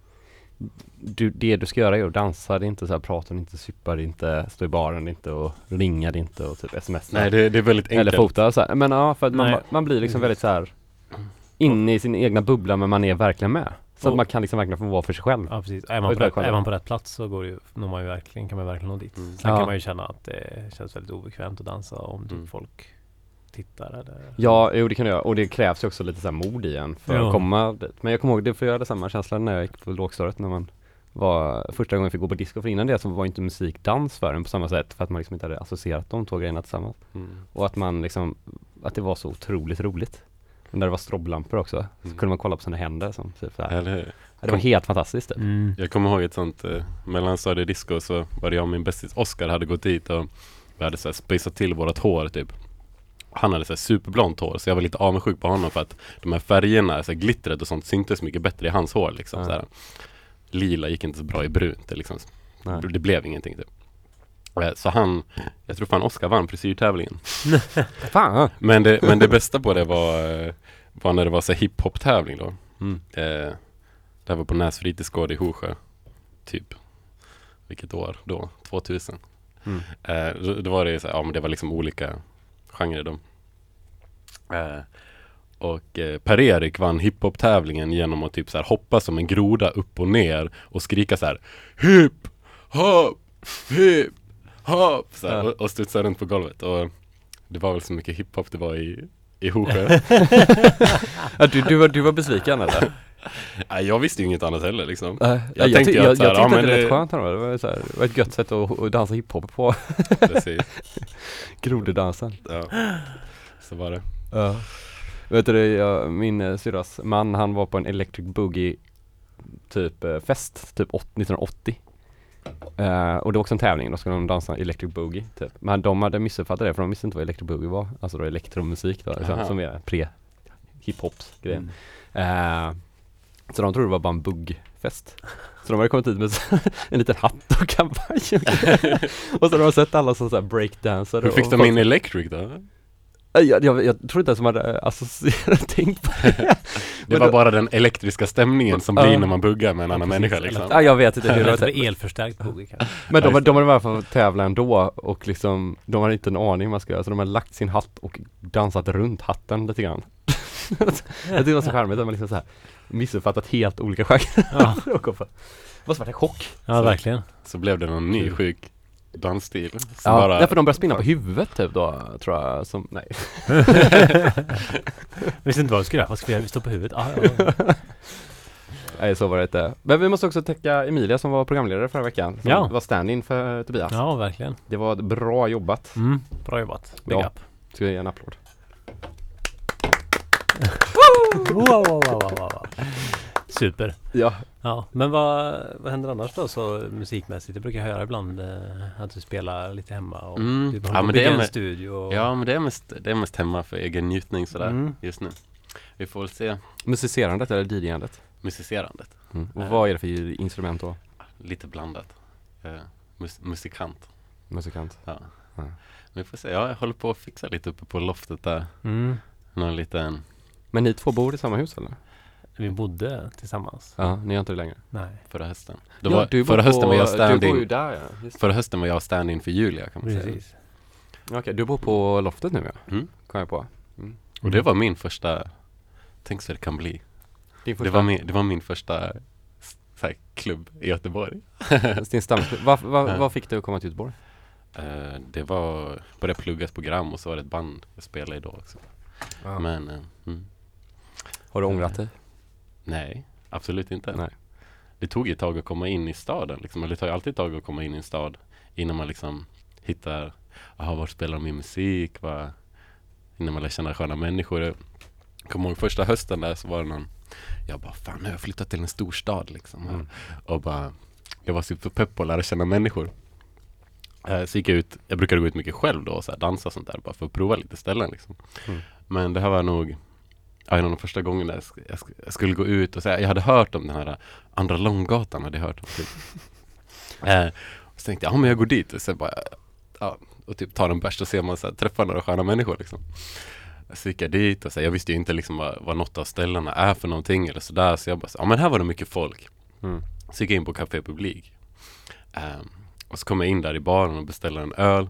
du, det du ska göra är att dansa, det är inte så här, prata inte, suppa det inte, stå i baren det inte och ringa det inte och typ sms. Nej, det, det är väldigt enkelt. Eller fota så här. Men ja, för att man, Nej. man blir liksom väldigt så här inne i sin egna bubbla, men man är verkligen med. Så att Och- man kan liksom verkligen få vara för sig själv. Ja, precis. Är Det är man, på rätt, väldigt skönt. är man på rätt plats så går det ju, når man ju verkligen, kan man verkligen nå dit. Mm. Sen Ja. kan man ju känna att det känns väldigt obekvämt att dansa om typ Mm. folk tittar eller... Ja, jo det kan jag göra. Och det krävs ju också lite så här mod igen för Ja. att komma dit. Men jag kommer ihåg, det för jag hade samma känsla när jag gick på lågstadiet, när man var första gången jag fick gå på disco. För innan det så var inte musik dans för en på samma sätt, för att man liksom inte hade associerat de två grejerna tillsammans. Mm. Och att man liksom, att det var så otroligt roligt. Och när det var stroblampor också, så Mm. kunde man kolla på sina händer som typ så här. Eller hur? Ja, det var helt fantastiskt typ. Mm. Jag kommer ihåg ett sånt eh, mellanstadiedisco, så var det jag och min bästis Oscar hade gått dit och vi hade så här spejsat till vårat hår typ. Han hade så här superblont hår, så jag var lite avundsjuk på honom för att de här färgerna, så här glittret och sånt syntes mycket bättre i hans hår liksom. Ja. Så här. Lila gick inte så bra i brunt, det, liksom, Nej. det blev ingenting typ. Eh, Så han, jag tror fan Oscar vann frisyrtävlingen. Fan! Men det, men det bästa på det var, eh, var när det var så här hiphop-tävling då. Mm. Eh, det här var på Näs fritidsgård i Horsjö. Typ. Vilket år då? tvåtusen. Mm. Eh, då, då var det så här, ja men det var liksom olika genrer då. Eh, och eh, Per-Erik vann hiphop-tävlingen genom att typ så här hoppa som en groda upp och ner och skrika så här hip, hop, hip, hop så här, Ja. och, och studsa runt på golvet. Och det var väl så mycket hiphop det var i, i Horsjö. Ja, du, du, var, du var besviken eller? Nej, jag visste ju inget annat heller liksom. jag, Jag jag, tänkte ty- ju jag, att så här, jag ja, tyckte men att det det- lät skönt ändå. Det var, så här, det var ett gött sätt att, att dansa hiphop på. Precis. Grodedansen. Ja. Så var det. Ja. Vet du, jag, min eh, syrras man, han var på en Electric Boogie typ eh, fest, typ åt- nittonhundraåttio. Eh, och det var också en tävling, då skulle de dansa Electric Boogie typ. Men de hade missuppfattat det, för de visste inte vad Electric Boogie var. Alltså då elektromusik då, liksom, Aha. som är pre-hiphops grejen. Mm. Eh, så de trodde det var bara en buggfest. Så de hade kommit hit med så- en liten hatt och kavaj. Och så hade de sett alla som så här breakdansare. Hur fick och de folk- in Electric då? Jag, jag, jag tror inte ens man hade associerat tänkt på det. Det var bara den elektriska stämningen som Ja. blir när man buggar med en annan människa liksom. Ja, jag vet inte hur det Det var. är elförstärkt boogie kanske. Men de, de hade i alla fall fått tävla ändå och liksom, de hade inte en aning vad man ska göra, så de hade lagt sin hatt och dansat runt hatten lite grann. Jag tyckte det var så charmigt att man liksom så här missuppfattat helt olika genrer. Ja. Och kom på- Det måste varit en chock. Ja, Så- verkligen. Så blev det någon ny sjuk dansstil. Som Ja, bara, därför de började spinna på huvudet typ då, tror jag, som, nej. Visste inte vad vi skulle göra. Vad ska vi göra? Vi står på huvudet. Ah, ja. Nej, så var det inte. Men vi måste också tacka Emilia som var programledare förra veckan. Som Ja. var stand-in för Tobias. ja, verkligen. Det var bra jobbat. Mm. Bra jobbat. Big Ja. up. Ska jag ge en applåd? Wow, wow, wow, wow, wow. Super. Ja. Ja, men vad, vad händer annars då så musikmässigt? Jag brukar höra ibland eh, att du spelar lite hemma och Mm. du Ja, ja, men det bygger är en med- studio. Och, Ja, men det är mest, det är mest hemma för egen njutning sådär Mm. just nu. Vi får väl se Musicerandet eller D J-andet? musicerandet. Mm. Och vad är det för instrument då? Lite blandat. Eh, mus- musikant. Musikant. Ja. Ja. Vi får se. Ja, jag håller på att fixa lite uppe på loftet där. mm. Någon liten... Men ni två bor i samma hus eller? Vi bodde tillsammans. Ja, ni gör inte det längre. Nej. Förra hösten. Då Ja, var, du bor förra hösten på- var jag Du bor ju stand-in. där, ja. Just det. Förra hösten var jag stand-in för Julia kan man säga. Precis. Okej, du bor på loftet nu ja. Mm. Kom jag på. Och det var min första... Tänk så det kan bli. Din första, Det var min, det var min första s- så här, klubb i Göteborg. din stamklubb. Vad vad- Ja. vad fick du att komma till Göteborg? Eh, det var... Började plugga ett program och så var det ett band jag spelade i då också. Ja. Men... eh, mm, Har du ångrat dig? nej, absolut inte. Nej. Det tog ett tag att komma in i staden. Liksom. Det tar ju alltid ett tag att komma in i en stad innan man liksom hittar, aha, vart spelar de min musik? Va? Innan man lär känna sköna människor. Jag kommer ihåg första hösten där så var det någon, jag bara, fan nu har jag flyttat till en stor stad liksom. Mm. Och bara, jag var superpepp på att lära känna människor. Eh, så gick jag ut, jag brukade gå ut mycket själv då och så här, dansa och sånt där bara för att prova lite ställen liksom. Mm. Men det här var nog ja, en av de första gångerna jag, sk- jag, sk- jag skulle gå ut och säga, jag hade hört om den här Andra Långgatan, hade jag hört om typ. eh, och så tänkte jag, ja men jag går dit och sen bara, ja, och typ tar en bärs och ser man så här, träffar några sköna människor liksom. Så gick jag dit och så här, jag visste ju inte liksom vad, vad något av ställena är för någonting eller sådär, så jag bara, ja men här var det mycket folk. Mm. Så gick jag in på Café Publik. Um, och så kom jag in där i baren och beställde en öl.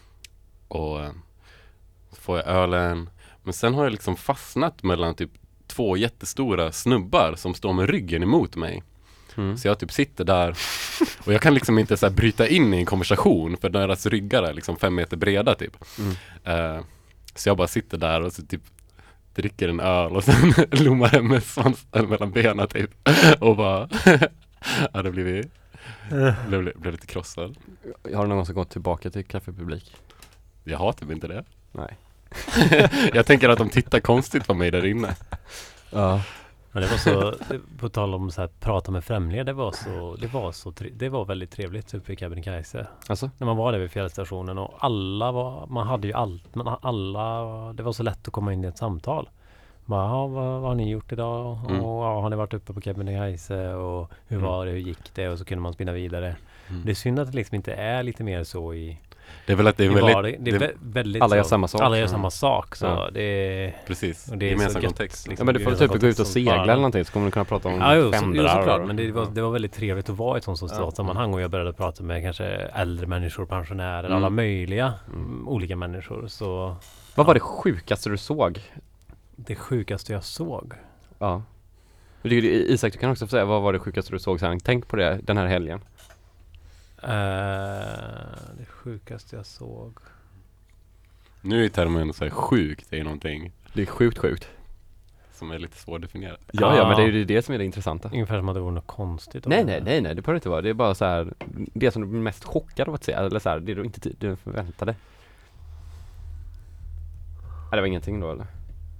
Och uh, så får jag ölen. Men sen har jag liksom fastnat mellan typ två jättestora snubbar som står med ryggen emot mig. Mm. Så jag typ sitter där och jag kan liksom inte så här bryta in i en konversation för deras ryggar är liksom fem meter breda typ. Mm. Uh, så jag bara sitter där och så typ dricker en öl och sen lommar jag med svansen mellan benen typ. Och bara ja, det blev vi blev, blev, blev lite krossad. Har du någonsin gått tillbaka till Café Publik? Jag har typ inte det. Nej. Jag tänker att de tittar konstigt på mig där inne. Ja. Ja, det var så, det, på tal om så här, prata med främlingar, det var så, det var så, tre, det var väldigt trevligt uppe i Kebnekaise. Alltså? När man var där vid fjällstationen och alla var, man hade ju allt, men alla, det var så lätt att komma in i ett samtal. Bara, ja, vad, vad har ni gjort idag? Mm. Och ja, har ni varit uppe på Kebnekaise? Och hur Mm. var det? Hur gick det? Och så kunde man spinna vidare. Mm. Det är synd att det liksom inte är lite mer så i, Det är väl att det är i väldigt, vardag. Det är det- vä- väldigt Alla gör så, samma sak. Alla gör Ja. samma sak. Så Ja. det är... precis, Och det är gemensam så gött, kontext. liksom. Ja, men du får det är typ så gå ut och som segla bara- eller någonting, så kommer du kunna prata om Ja, jo, så, jo fendrar såklart. och- Men det var, ja. det var väldigt trevligt att vara i ett sånt socialt Ja. sammanhang. Och jag började prata med kanske äldre människor, pensionärer, Mm. alla möjliga Mm. mm, olika människor. Så Vad var det sjukaste du såg? det sjukaste jag såg. Ja. Och det- det- Isak, du kan också få säga, vad var det sjukaste du såg sen? Tänk på det den här helgen. Uh, det sjukaste jag såg. Nu är termen så här sjukt, det är någonting Det är sjukt sjukt. som är lite svårdefinierat. Ja, ja, men det är Ja. ju det som är det intressanta. Ungefär som att det vore något konstigt. Nej, nej, nej, nej, det behöver inte vara. Det är bara så här, det som du blir mest chockad av att se, eller så här, det du inte t- du förväntade. Ja, det var ingenting då, eller?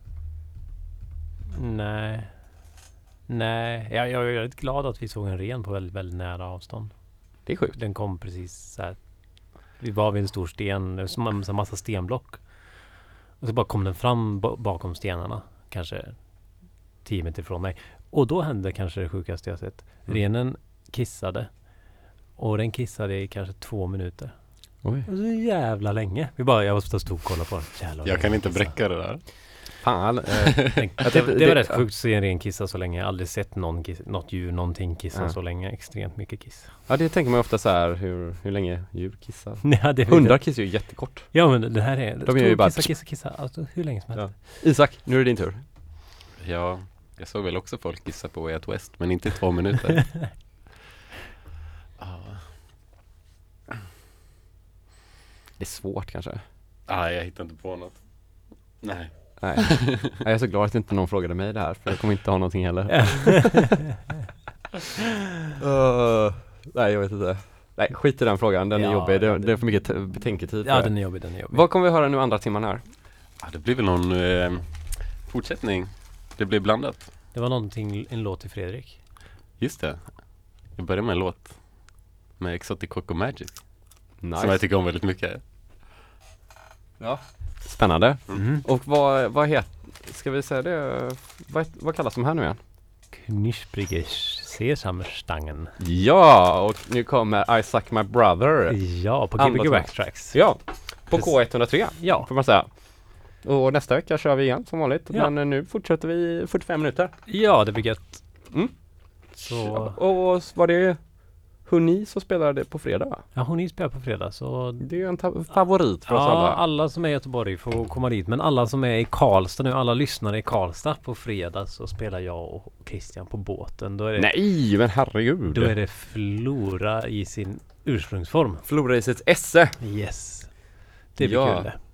Nej. Nej, jag, jag är väldigt glad att vi såg en ren på väldigt, väldigt nära avstånd. Det är sjukt. Den kom precis så här. Vi var vid en stor sten, som en en massa stenblock. Och så bara kom den fram ba- bakom stenarna. Kanske tio meter ifrån mig. Och då hände kanske det sjukaste jag sett. Mm. Renen kissade. Och den kissade i kanske två minuter. Oj. Och så jävla länge. Vi bara, jag måste stå och kolla på den. Jävla Jag kan inte kissa. bräcka det där. Fan. Eh, Tänk, Jag det, tänkte- det var det- rätt sjukt att se en ren kissa så länge. Jag har aldrig sett någon kiss, något djur, någonting kissa Ja. så länge. Extremt mycket kiss. ja, det tänker man ju ofta så här hur, hur länge djur kissar. Ja, det Hundar kissar ju jättekort. Ja, men det här är... De gör ju bara- Kissa, kissa, kissa. Alltså hur länge som helst. Isak, nu är det din tur. Ja, jag såg väl också folk kissa på Way Out West, men inte i två minuter. ah. Det är svårt kanske. ah, jag hittar inte på något. Nej. Nej. Jag är så glad att inte någon frågade mig det här, för jag kommer inte ha någonting heller. uh, nej, jag vet inte. Nej, skit i den frågan, den är Ja, jobbig. Det, det- det är för mycket t- betänketid. Ja, för den det. är jobbig, den är jobbig. Vad kommer vi höra nu andra timman här? Ah, det blir väl någon eh, fortsättning. Det blir blandat. Det var någonting, en låt till Fredrik. Just det. Jag börjar med en låt med Exotic Coco Magic. Nice. Som jag tycker om väldigt mycket. Ja. Spännande. Mm. Och vad, vad heter, ska vi säga det, vad, vad kallas de här nu igen? Knusprige Sesamstangen. Ja, och nu kommer I Suck My Brother. Ja, på Andra Gbg som- Backtracks. Ja, på Precis. K etthundratre Ja. får man säga. Och nästa vecka kör vi igen som vanligt. Ja. Men nu fortsätter vi fyrtiofem minuter. Ja, det blir gött. Mm. Så, Och var det Huni som spelade på fredag, va? ja, hon spelar på fredag så Det är ju en ta- favorit för oss ja, alla. alla som är i Göteborg får komma dit. Men alla som är i Karlstad nu, alla lyssnare i Karlstad på fredag så spelar jag och Christian på båten. Då är det, Nej, men herregud. då är det Flora i sin ursprungsform. Floracets esse. Yes. Det blir Ja. kul det.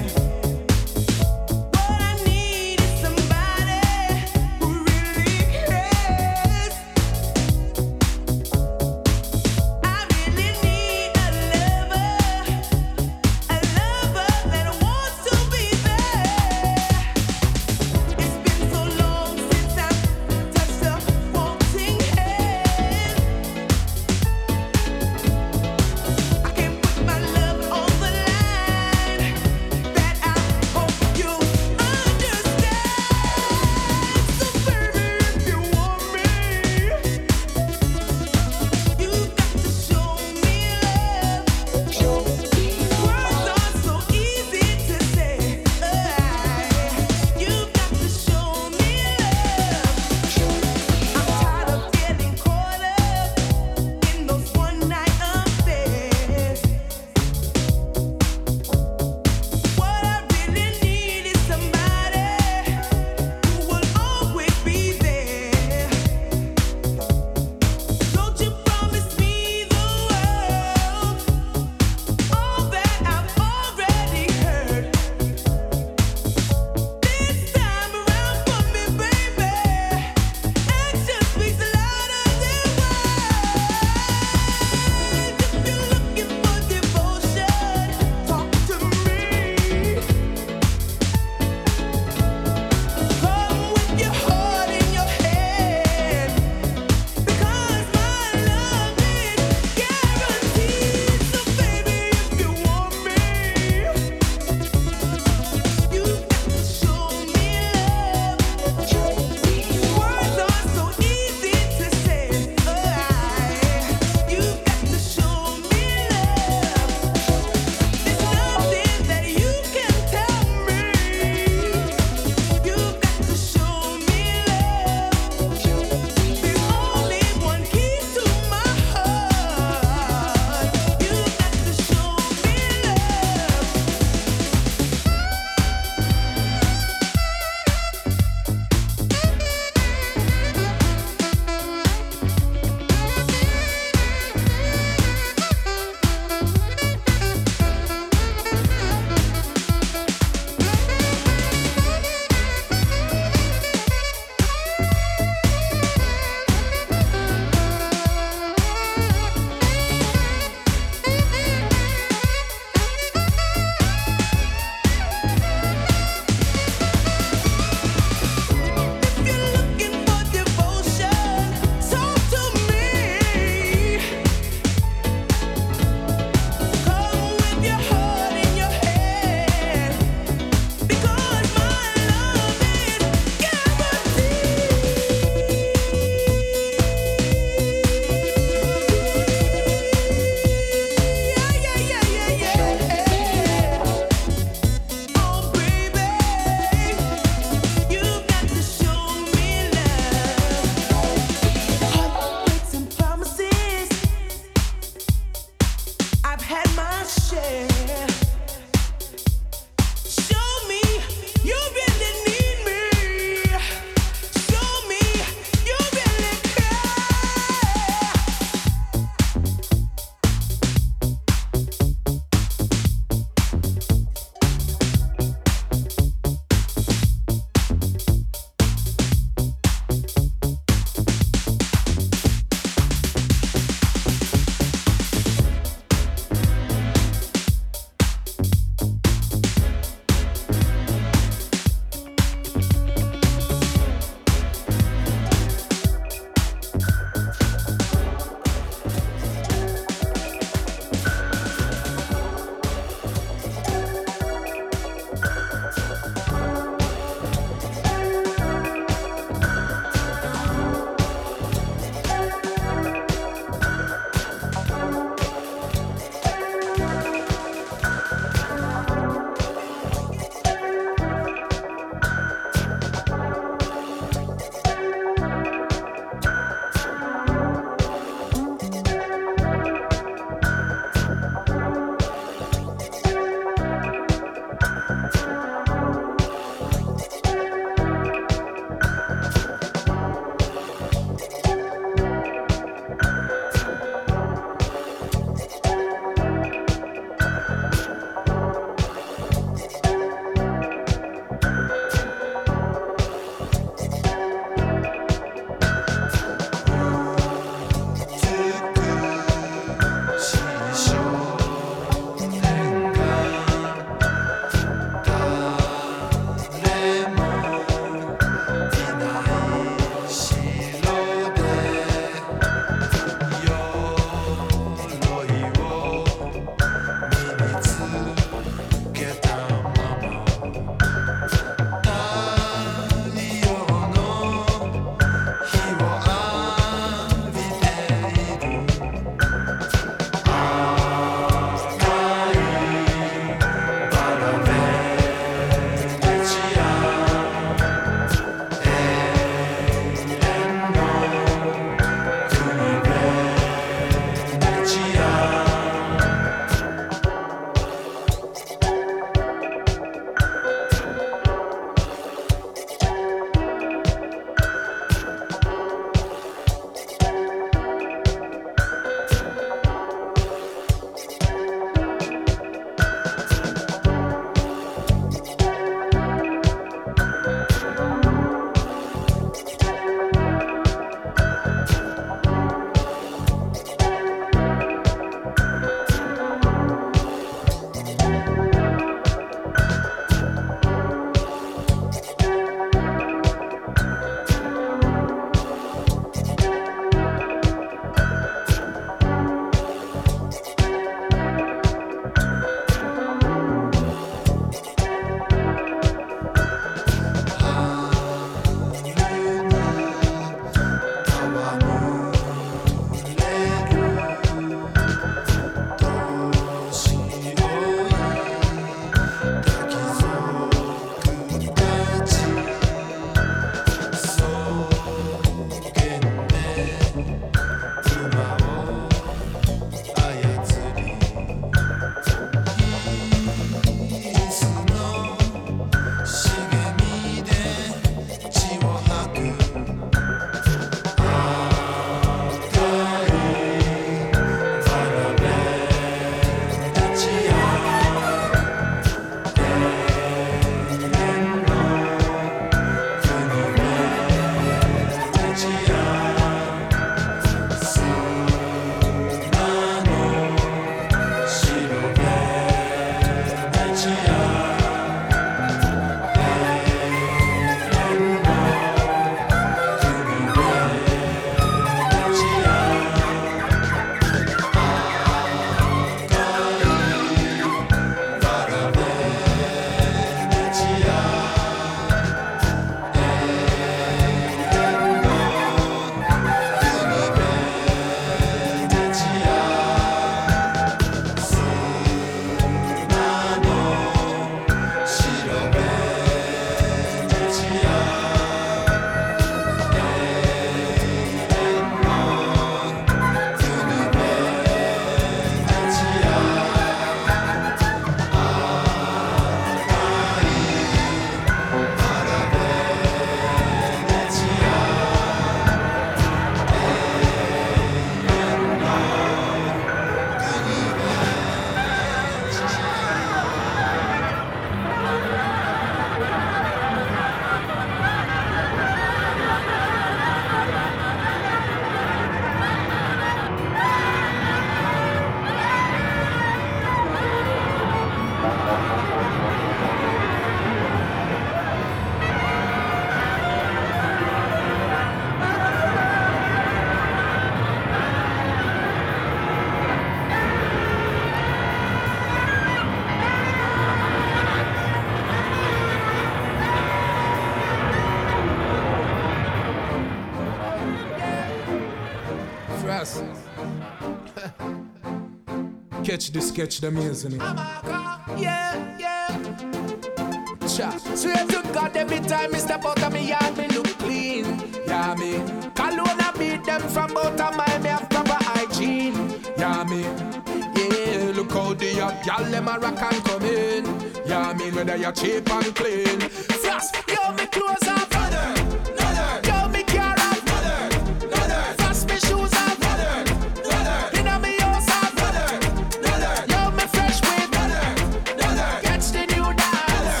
Catch the sketch, the amazing. Yeah, yeah. Cha. Swear to God, every time I step out of me yard, me look clean. Yeah, me. Cologne I beat them from out of my me have proper hygiene. Yeah, me. Yeah, look how the young gal them a rock and come in. Yeah, me whether you're cheap and clean. Frost, yo, me clothes off. Yo, me car off. Frost, me shoes off. Inna me house off. Yo, me fresh whip. Catch the new dance.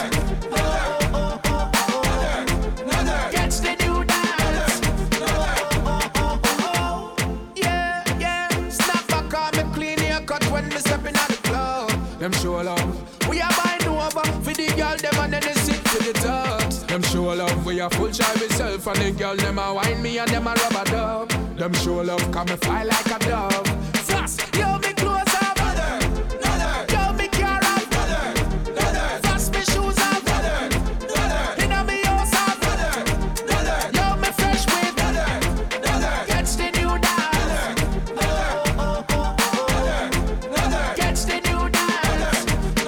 Catch the new dance. Yeah, yeah. Snap back on me clean hair cut when me stepping out the club. Them show love. We are buying over for the girl them and then they sit to the tubs. Them show love. We are full shy myself and the girl them a wine me and them a rub a dub. Them show love come me fly like a dove. Frost, yo me clothes off. Yo me car off. Frost me shoes off. Inna me house off. Yo me fresh whip. Catch the new dance. Catch the new dance.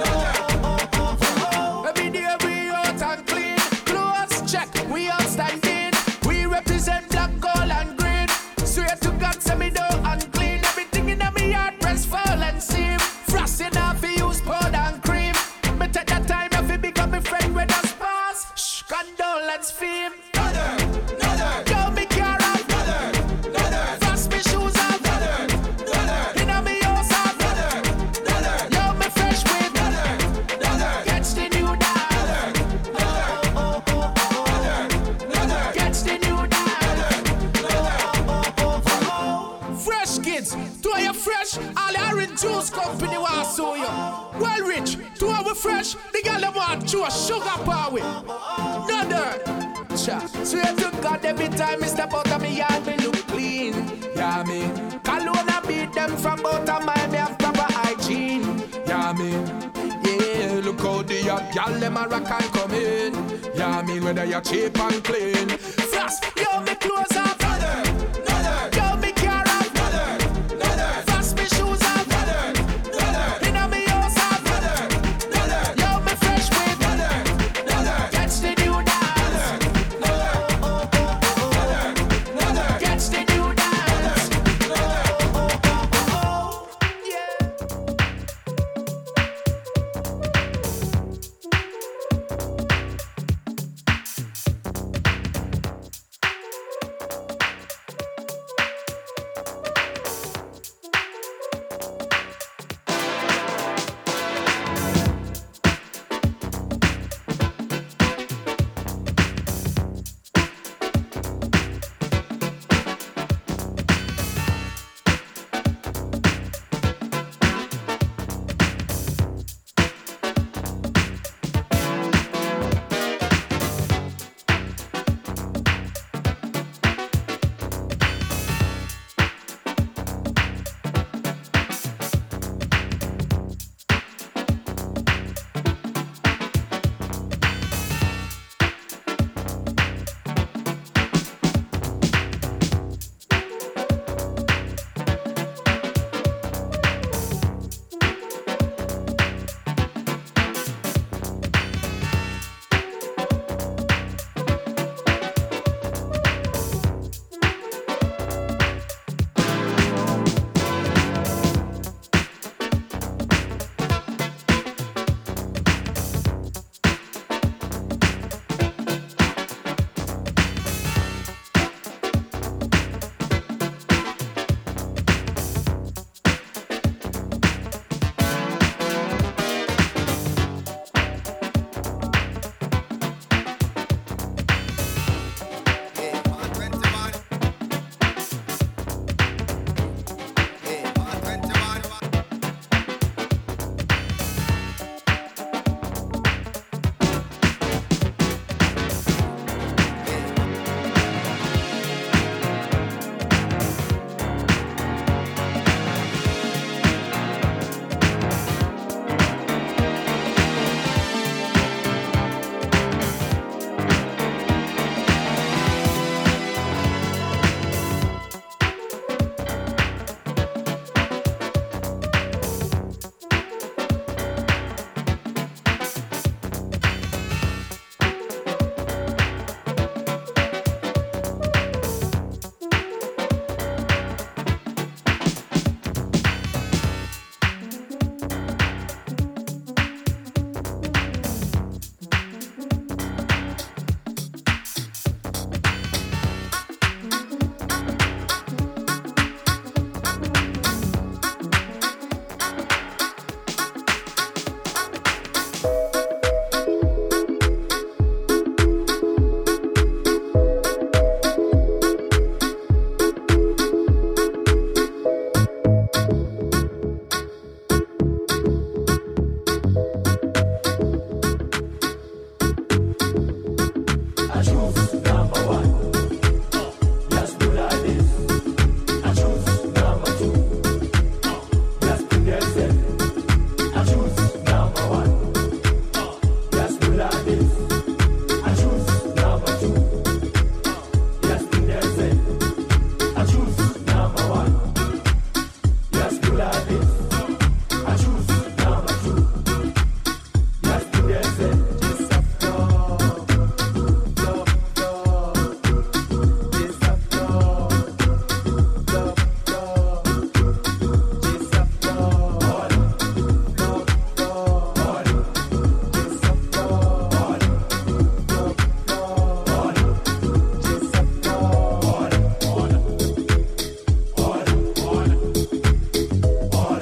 Every day we out and clean. Clothes check, we outstanding. We represent black, gold and green. Swear to God, say me down and clean. Everything in me yard press fall and seam. Frosting off, we use powder and cream. Me take that time if we become a friend with us pass. Shh, condolence fame. Yo, me car off. Frost me shoes off. Inna me house off. Yo, me fresh whip. Catch the new dance. Catch the new dance. Fresh kids, two of you fresh. All the orange juice company want so you. Well rich, two of you fresh. The girl them want chew a sugar power with. No dirt. Cha. Swear to God every time I step out of me yard me look clean. Yeah me. Cologne I beat them from out of my me have proper hygiene. Yeah me. Yeah, look how the young gal them a rock and come in. Yeah me whether you're cheap and clean. Frost, yo me clothes off. Yo me car off. Frost me shoes off. Inna me house off. Yo me fresh whip. Catch the new dance. Catch the new dance. Yeah. Order.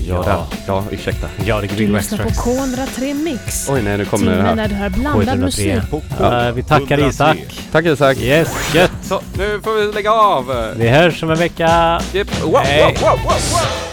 Ja, där. Ja, ursäkta. Ja, det är Du Big lyssnar på Express. K ett noll tre Mix. Oj, nej, nu kommer det Timmen här. när du hör K blandad ett noll tre. musik. Ja, vi tackar Isak. Tack Isak. Yes, gött. Så, nu får vi lägga av. Vi hörs om en vecka. Yep. Wow, Hej. wow, wow, wow, wow.